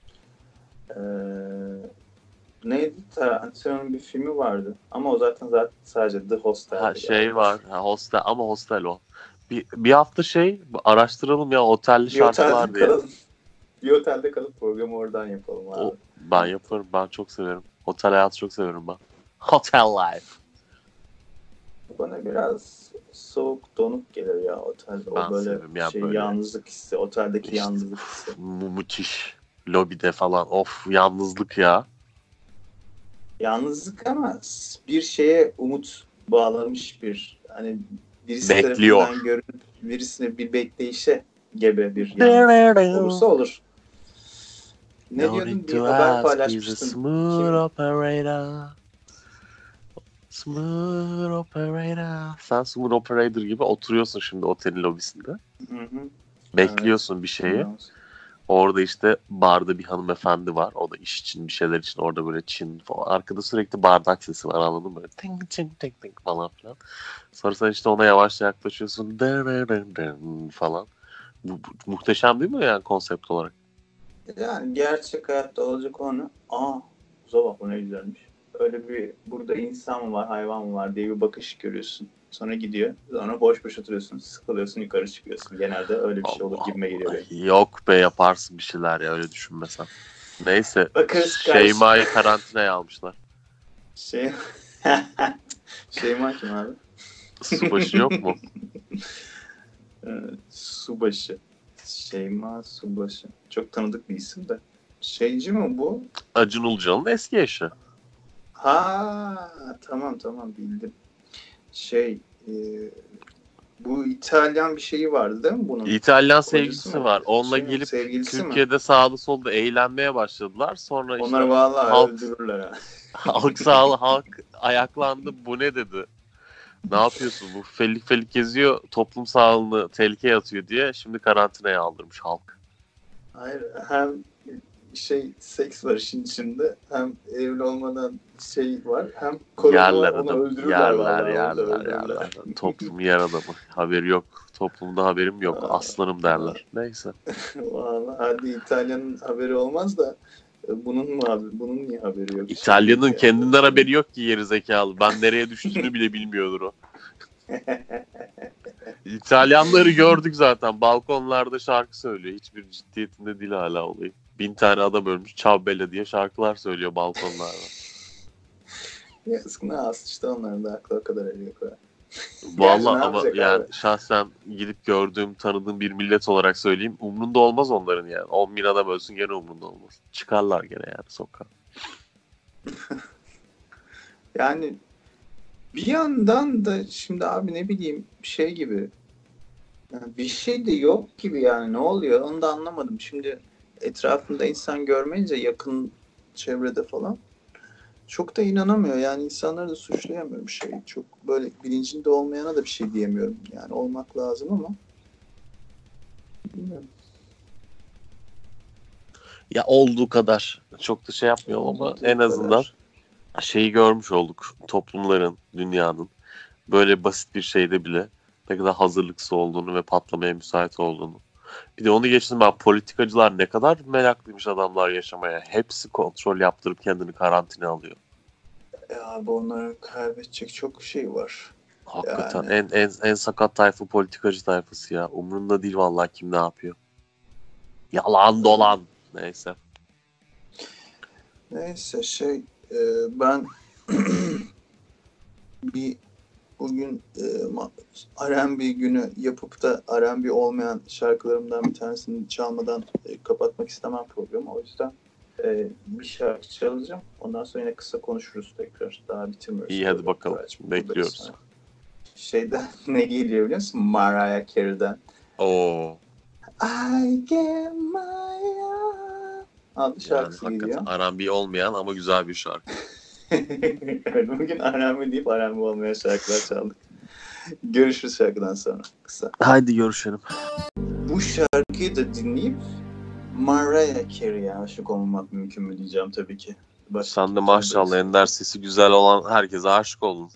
[SPEAKER 3] Neydi? Tarantino'nun bir filmi vardı. Ama o zaten sadece The Hostel.
[SPEAKER 1] Var. Hostel ama hostel o. Bir hafta araştıralım ya otelli şarkılar diye.
[SPEAKER 3] Bir otelde kalıp programı oradan yapalım abi.
[SPEAKER 1] Ben yaparım. Ben çok severim. Otel hayatı çok severim ben. Hotel life.
[SPEAKER 3] Bana biraz soğuk donuk gelir ya otel.
[SPEAKER 1] Ben
[SPEAKER 3] o böyle
[SPEAKER 1] böyle.
[SPEAKER 3] Yalnızlık hissi. Oteldeki işte, yalnızlık hissi.
[SPEAKER 1] Müthiş. Lobide falan. Of yalnızlık ya.
[SPEAKER 3] Yalnızlık ama bir şeye umut bağlamış bir, hani birisi
[SPEAKER 1] Bekliyor.
[SPEAKER 3] tarafından görüp birisine bir bekleyişe gebe bir yalnızlık olursa olur. Ne
[SPEAKER 1] No
[SPEAKER 3] diyordun?
[SPEAKER 1] need
[SPEAKER 3] Bir
[SPEAKER 1] to
[SPEAKER 3] haber
[SPEAKER 1] ask, he's a
[SPEAKER 3] paylaşmıştın.
[SPEAKER 1] smooth operator. Smooth operator. Sen smooth operator gibi oturuyorsun şimdi otelin lobisinde.
[SPEAKER 3] Hı hı.
[SPEAKER 1] Bekliyorsun bir şeyi.
[SPEAKER 3] Evet.
[SPEAKER 1] Orada işte barda bir hanımefendi var. O da iş için bir şeyler için orada böyle Çin falan. Arkada sürekli bardak sesi var, anladın mı? Böyle ting ting ting ting falan filan. Sonra sen işte ona yavaşça yaklaşıyorsun. Dın dın dın dın falan. Muhteşem değil mi yani konsept olarak?
[SPEAKER 3] Yani gerçek hayatta olacak onu. Uza bak, bu ne güzelmiş. Öyle bir, burada insan mı var, hayvan mı var diye bir bakış görüyorsun. Sonra gidiyor. Sonra boş boş oturuyorsun. Sıkılıyorsun, yukarı çıkıyorsun. Genelde öyle bir şey olur
[SPEAKER 1] Allah
[SPEAKER 3] gibime geliyor
[SPEAKER 1] Allah.
[SPEAKER 3] benim.
[SPEAKER 1] Yok be, yaparsın bir şeyler ya, öyle düşünmesen. Neyse.
[SPEAKER 3] Bakarız kardeşim.
[SPEAKER 1] Şeyma'yı karantinaya almışlar.
[SPEAKER 3] Şeyma kim abi?
[SPEAKER 1] Subaşı yok mu?
[SPEAKER 3] Subaşı. Şeyma Subaşı. Çok tanıdık bir isim de. Şeyci mi bu?
[SPEAKER 1] Acun Ilıcalı'nın eski eşi.
[SPEAKER 3] Ha, tamam bildim. Bu İtalyan bir şeyi vardı değil mi bunun?
[SPEAKER 1] İtalyan
[SPEAKER 3] Kocası
[SPEAKER 1] sevgilisi
[SPEAKER 3] mı?
[SPEAKER 1] var. Onunla gelip
[SPEAKER 3] Sevgilisi mi?
[SPEAKER 1] Türkiye'de sağda solda eğlenmeye başladılar. Sonra işte
[SPEAKER 3] Onlar vallahi
[SPEAKER 1] halk,
[SPEAKER 3] öldürürler ha.
[SPEAKER 1] halk ayaklandı. Bu ne dedi? Ne yapıyorsun? Bu felik felik geziyor. Toplum sağlığını tehlikeye atıyor diye şimdi karantinaya aldırmış halk.
[SPEAKER 3] Hayır, hem seks var işin içinde, hem evli olmadan var, hem korona var,
[SPEAKER 1] Yerler
[SPEAKER 3] onu
[SPEAKER 1] adam.
[SPEAKER 3] öldürürler vallahi.
[SPEAKER 1] Yerler. Toplum yer adamı. Haberi yok. Toplumda haberim yok. Aslanım derler. Neyse.
[SPEAKER 3] Vallahi hadi İtalya'nın haberi olmaz da bunun niye haberi yok?
[SPEAKER 1] İtalya'nın kendinden haberi yok ki, geri zekalı. Ben nereye düştüğünü bile bilmiyordur o. İtalyanları gördük zaten. Balkonlarda şarkı söylüyor. Hiçbir ciddiyetinde değil hala olayı. 1000 tane adam ölmüş. Ciao Bella diye şarkılar söylüyor balkonlarda.
[SPEAKER 3] Yazık, ne az işte, onların da aklı o kadar yok.
[SPEAKER 1] Vallahi ama yani şahsen gidip gördüğüm, tanıdığım bir millet olarak söyleyeyim. Umrunda olmaz onların yani. 10.000 adam ölsün gene umrunda olmaz. Çıkarlar gene yani sokağa.
[SPEAKER 3] Yani bir yandan da şimdi abi ne bileyim gibi, yani bir şey de yok gibi, yani ne oluyor onu da anlamadım. Şimdi etrafında insan görmeyince, yakın çevrede falan, çok da inanamıyor. Yani insanları da suçlayamıyorum çok böyle bilincinde olmayana da bir şey diyemiyorum. Yani olmak lazım ama bilmiyorum.
[SPEAKER 1] Ya olduğu kadar. Çok da şey yapmıyor ama en azından şeyi görmüş olduk. Toplumların, dünyanın böyle basit bir şeyde bile ne kadar hazırlıksız olduğunu ve patlamaya müsait olduğunu. Bir de onu geçtim, ben politikacılar ne kadar meraklıymış adamlar yaşamaya. Hepsi kontrol yaptırıp kendini karantinaya alıyor.
[SPEAKER 3] Abi onlara kaybedecek çok şey var.
[SPEAKER 1] Hakikaten
[SPEAKER 3] Yani.
[SPEAKER 1] en sakat tayfa politikacı tayfası ya. Umurunda değil vallahi kim ne yapıyor. Yalan dolan. Neyse.
[SPEAKER 3] Ben bugün R&B günü yapıp da R&B olmayan şarkılarımdan bir tanesini çalmadan kapatmak istemem programı. O yüzden bir şarkı çalacağım. Ondan sonra yine kısa konuşuruz tekrar. Daha bitirmiyoruz.
[SPEAKER 1] İyi, hadi bakalım. Bekliyoruz.
[SPEAKER 3] Ne geliyor biliyor musun? Mariah Carey'den.
[SPEAKER 1] Oo.
[SPEAKER 3] I get my adlı şarkısı
[SPEAKER 1] yani
[SPEAKER 3] geliyor.
[SPEAKER 1] Hakikaten R&B olmayan ama güzel bir şarkı.
[SPEAKER 3] Bugün R&B deyip R&B olmayan şarkılar çaldık. Görüşürüz şarkıdan sonra. Kısa.
[SPEAKER 1] Haydi görüşelim.
[SPEAKER 3] Bu şarkıyı da dinleyip Mariah Carey'e aşık olmamak mümkün mü diyeceğim tabii ki.
[SPEAKER 1] Sen de maşallah Ender, sesi güzel olan herkese aşık olun.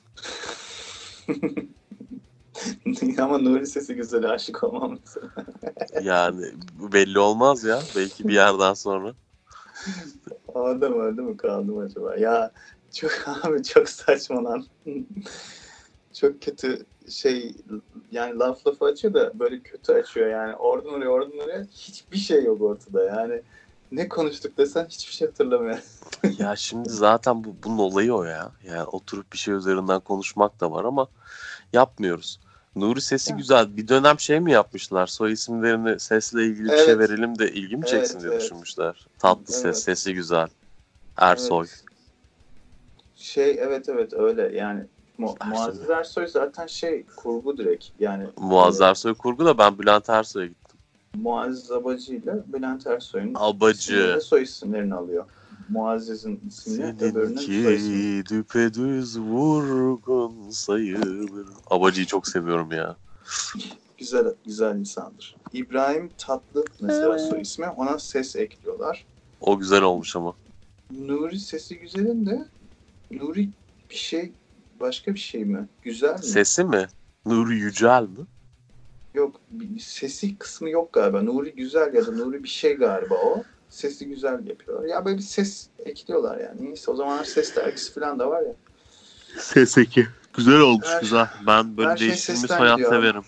[SPEAKER 3] Ama Nuri sesi güzel, aşık olmam.
[SPEAKER 1] Yani belli olmaz ya. Belki bir yerden sonra.
[SPEAKER 3] Adam öldü mü kaldı mı acaba? Ya çok saçma lan. Çok kötü yani lafı açıyor da böyle kötü açıyor yani. Oradan oraya hiçbir şey yok ortada yani. Ne konuştuk desen hiçbir şey hatırlamıyor.
[SPEAKER 1] Ya şimdi zaten bunun olayı o ya. Yani oturup bir şey üzerinden konuşmak da var ama yapmıyoruz. Nuri sesi güzel. Bir dönem mi yapmışlar? Soy isimlerini sesle ilgili bir şey verelim de ilgi mi çeksin diye düşünmüşler. Tatlı ses, sesi güzel. Ersoy.
[SPEAKER 3] Evet öyle yani. Muazzez Ersoy zaten kurgu direkt yani.
[SPEAKER 1] Muazzez Ersoy kurgu da ben Bülent Ersoy'a gittim.
[SPEAKER 3] Muazzez Abacı ile Bülent Ersoy'un
[SPEAKER 1] Abacı.
[SPEAKER 3] ve soy isimlerini alıyor. Muazzez'in ismini, öbürünün soy ismini.
[SPEAKER 1] Seninki düpedüz vurgun sayılır. Abacı'yı çok seviyorum ya.
[SPEAKER 3] Güzel insandır. İbrahim Tatlı mesela soy ismi. Ona ses ekliyorlar.
[SPEAKER 1] O güzel olmuş ama.
[SPEAKER 3] Nuri sesi güzelin de Nuri başka bir şey mi? Güzel mi?
[SPEAKER 1] Sesi mi? Nuri Yücel mi?
[SPEAKER 3] Yok, sesi kısmı yok galiba. Nuri Güzel ya da Nuri bir şey galiba o. Sesi güzel yapıyorlar. Ya böyle bir ses ekliyorlar yani. Neyse, o zamanlar ses dergisi falan da var ya.
[SPEAKER 1] Ses eki. Güzel olmuş, güzel. Ben böyle değiştirilmiş hayat severim.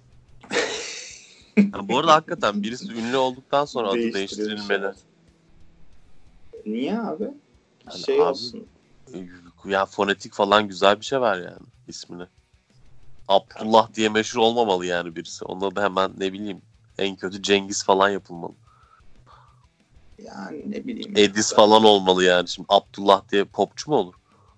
[SPEAKER 1] Ya bu arada hakikaten birisi ünlü olduktan sonra adı değiştirilmeli.
[SPEAKER 3] Niye abi?
[SPEAKER 1] Yani
[SPEAKER 3] olsun.
[SPEAKER 1] Ya fonetik falan güzel bir şey var yani ismini. Abdullah diye meşhur olmamalı yani birisi. Onda da hemen ne bileyim en kötü Cengiz falan yapılmalı.
[SPEAKER 3] Yani ne bileyim.
[SPEAKER 1] Edis falan olmalı yani. Şimdi Abdullah diye popçu mu olur?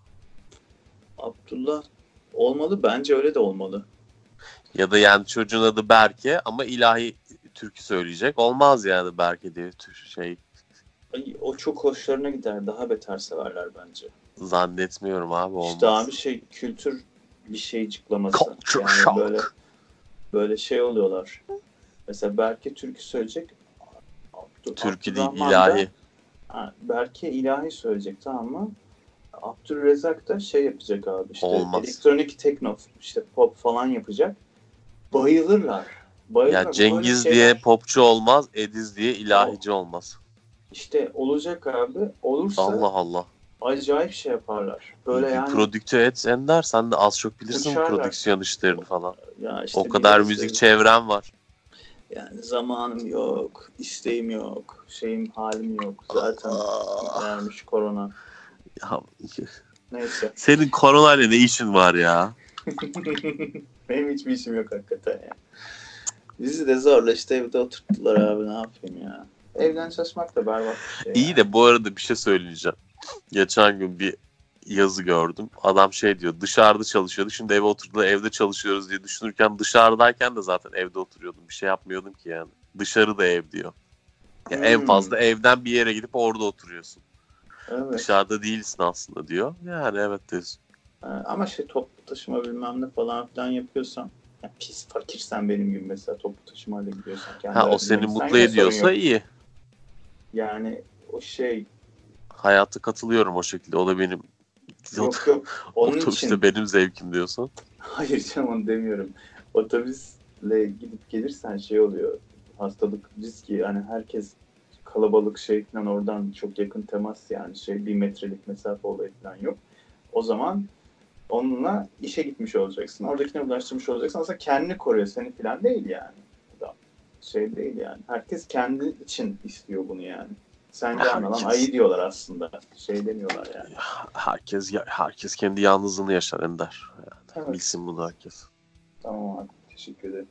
[SPEAKER 3] Abdullah olmalı. Bence öyle de olmalı.
[SPEAKER 1] Ya da yani çocuğun adı Berke ama ilahi türkü söyleyecek. Olmaz yani Berke diye şey.
[SPEAKER 3] Ay, o çok hoşlarına gider. Daha beter severler bence.
[SPEAKER 1] Zannetmiyorum abi, olmaz.
[SPEAKER 3] İşte abi kültür bir şeyciklaması.
[SPEAKER 1] Culture
[SPEAKER 3] yani
[SPEAKER 1] shock.
[SPEAKER 3] böyle oluyorlar. Mesela Berke türkü söyleyecek.
[SPEAKER 1] Türkü değil, ilahi.
[SPEAKER 3] Berke ilahi söyleyecek, tamam mı? Abdülrezzak da yapacak abi. İşte
[SPEAKER 1] olmaz.
[SPEAKER 3] Elektronik tekno, işte pop falan yapacak. Bayılırlar.
[SPEAKER 1] Ya Cengiz diye popçu olmaz, Ediz diye ilahici olmaz.
[SPEAKER 3] İşte olacak abi. Olursa
[SPEAKER 1] Allah Allah.
[SPEAKER 3] acayip şey yaparlar. Böyle yani.
[SPEAKER 1] Prodüktör et Ender, sen de az çok bilirsin
[SPEAKER 3] uçarlar.
[SPEAKER 1] Prodüksiyon işlerini falan.
[SPEAKER 3] Ya işte
[SPEAKER 1] o kadar müzik çevren var.
[SPEAKER 3] Yani zamanım yok, isteğim yok, halim yok. Zaten vermiş korona.
[SPEAKER 1] Ya,
[SPEAKER 3] neyse.
[SPEAKER 1] Senin koronayla ne işin var ya?
[SPEAKER 3] Benim hiçbir işim yok hakikaten ya. Bizi de zorla işte evde oturttular abi, ne yapayım ya. Evden çalışmak da berbat bir şey.
[SPEAKER 1] İyi de bu arada bir şey söyleyeceğim. Geçen gün bir yazı gördüm. Adam diyor, dışarıda çalışıyordu. Şimdi eve oturdu, evde çalışıyoruz diye düşünürken dışarıdayken de zaten evde oturuyordum. Bir şey yapmıyordum ki yani. Dışarı da ev diyor. Yani en fazla evden bir yere gidip orada oturuyorsun.
[SPEAKER 3] Evet.
[SPEAKER 1] Dışarıda değilsin aslında diyor. Yani evet diyorsun.
[SPEAKER 3] Ama toplu taşıma bilmem ne falan filan yapıyorsan, pis fakirsen benim gibi mesela toplu taşımayla gidiyorsan.
[SPEAKER 1] O seni mutlu ediyorsa iyi.
[SPEAKER 3] Yani o
[SPEAKER 1] hayata katılıyorum o şekilde. O da benim
[SPEAKER 3] yok. Onun
[SPEAKER 1] otobüste
[SPEAKER 3] için
[SPEAKER 1] benim zevkim diyorsun.
[SPEAKER 3] Hayır canım, onu demiyorum. Otobüsle gidip gelirsen oluyor. Hastalık riski, hani herkes kalabalık falan, oradan çok yakın temas yani 1 metrelik mesafe olayı falan yok. O zaman onunla işe gitmiş olacaksın. Oradakine ulaştırmış olacaksın. Aslında kendini koruyor, seni falan değil yani. Değil yani. Herkes kendi için istiyor bunu yani. Sen gelmeden ayı diyorlar aslında. Demiyorlar yani.
[SPEAKER 1] Herkes kendi yalnızlığını yaşar Ender. Yani
[SPEAKER 3] evet.
[SPEAKER 1] Bilsin bunu herkes.
[SPEAKER 3] Tamam abi. Teşekkür ederim.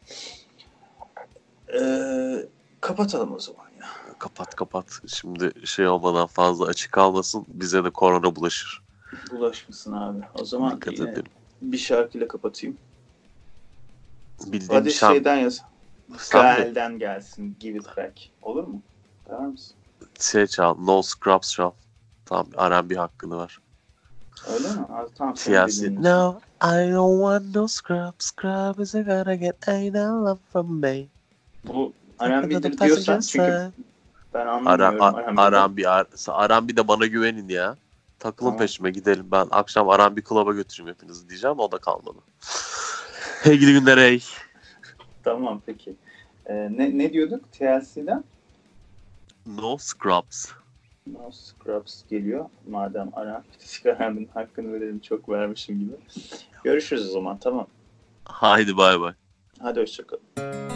[SPEAKER 3] Kapatalım o zaman ya.
[SPEAKER 1] Kapat. Şimdi olmadan fazla açık kalmasın. Bize de korona bulaşır.
[SPEAKER 3] Bulaşmasın abi. O zaman
[SPEAKER 1] dikkat edelim.
[SPEAKER 3] Bir şarkıyla kapatayım.
[SPEAKER 1] Bildiğim
[SPEAKER 3] hadi şeyden yaz. Gael'den gelsin. Give it back. Olur mu? Tamam mısın?
[SPEAKER 1] Çal. No Scrubs çal. Tamam, R&B hakkını var.
[SPEAKER 3] Öyle mi? Tamam.
[SPEAKER 1] No, I don't want no scrubs. Scrub is gonna get ain't no love from me.
[SPEAKER 3] Bu R&B'dir diyorsan, çünkü ben anlamıyorum
[SPEAKER 1] R&B de bana güvenin ya. Takılın
[SPEAKER 3] tamam.
[SPEAKER 1] Peşime, gidelim. Ben akşam R&B Club'a götüreyim hepinizi diyeceğim. O da kalmadı. Hey gidi günler hey.
[SPEAKER 3] Tamam peki. Ne diyorduk TLC'den?
[SPEAKER 1] No Scrubs.
[SPEAKER 3] No Scrubs geliyor. Madem R&B'nin hakkını verelim, çok vermişim gibi. Görüşürüz o zaman, tamam.
[SPEAKER 1] Haydi bay bay.
[SPEAKER 3] Hadi hoşçakalın.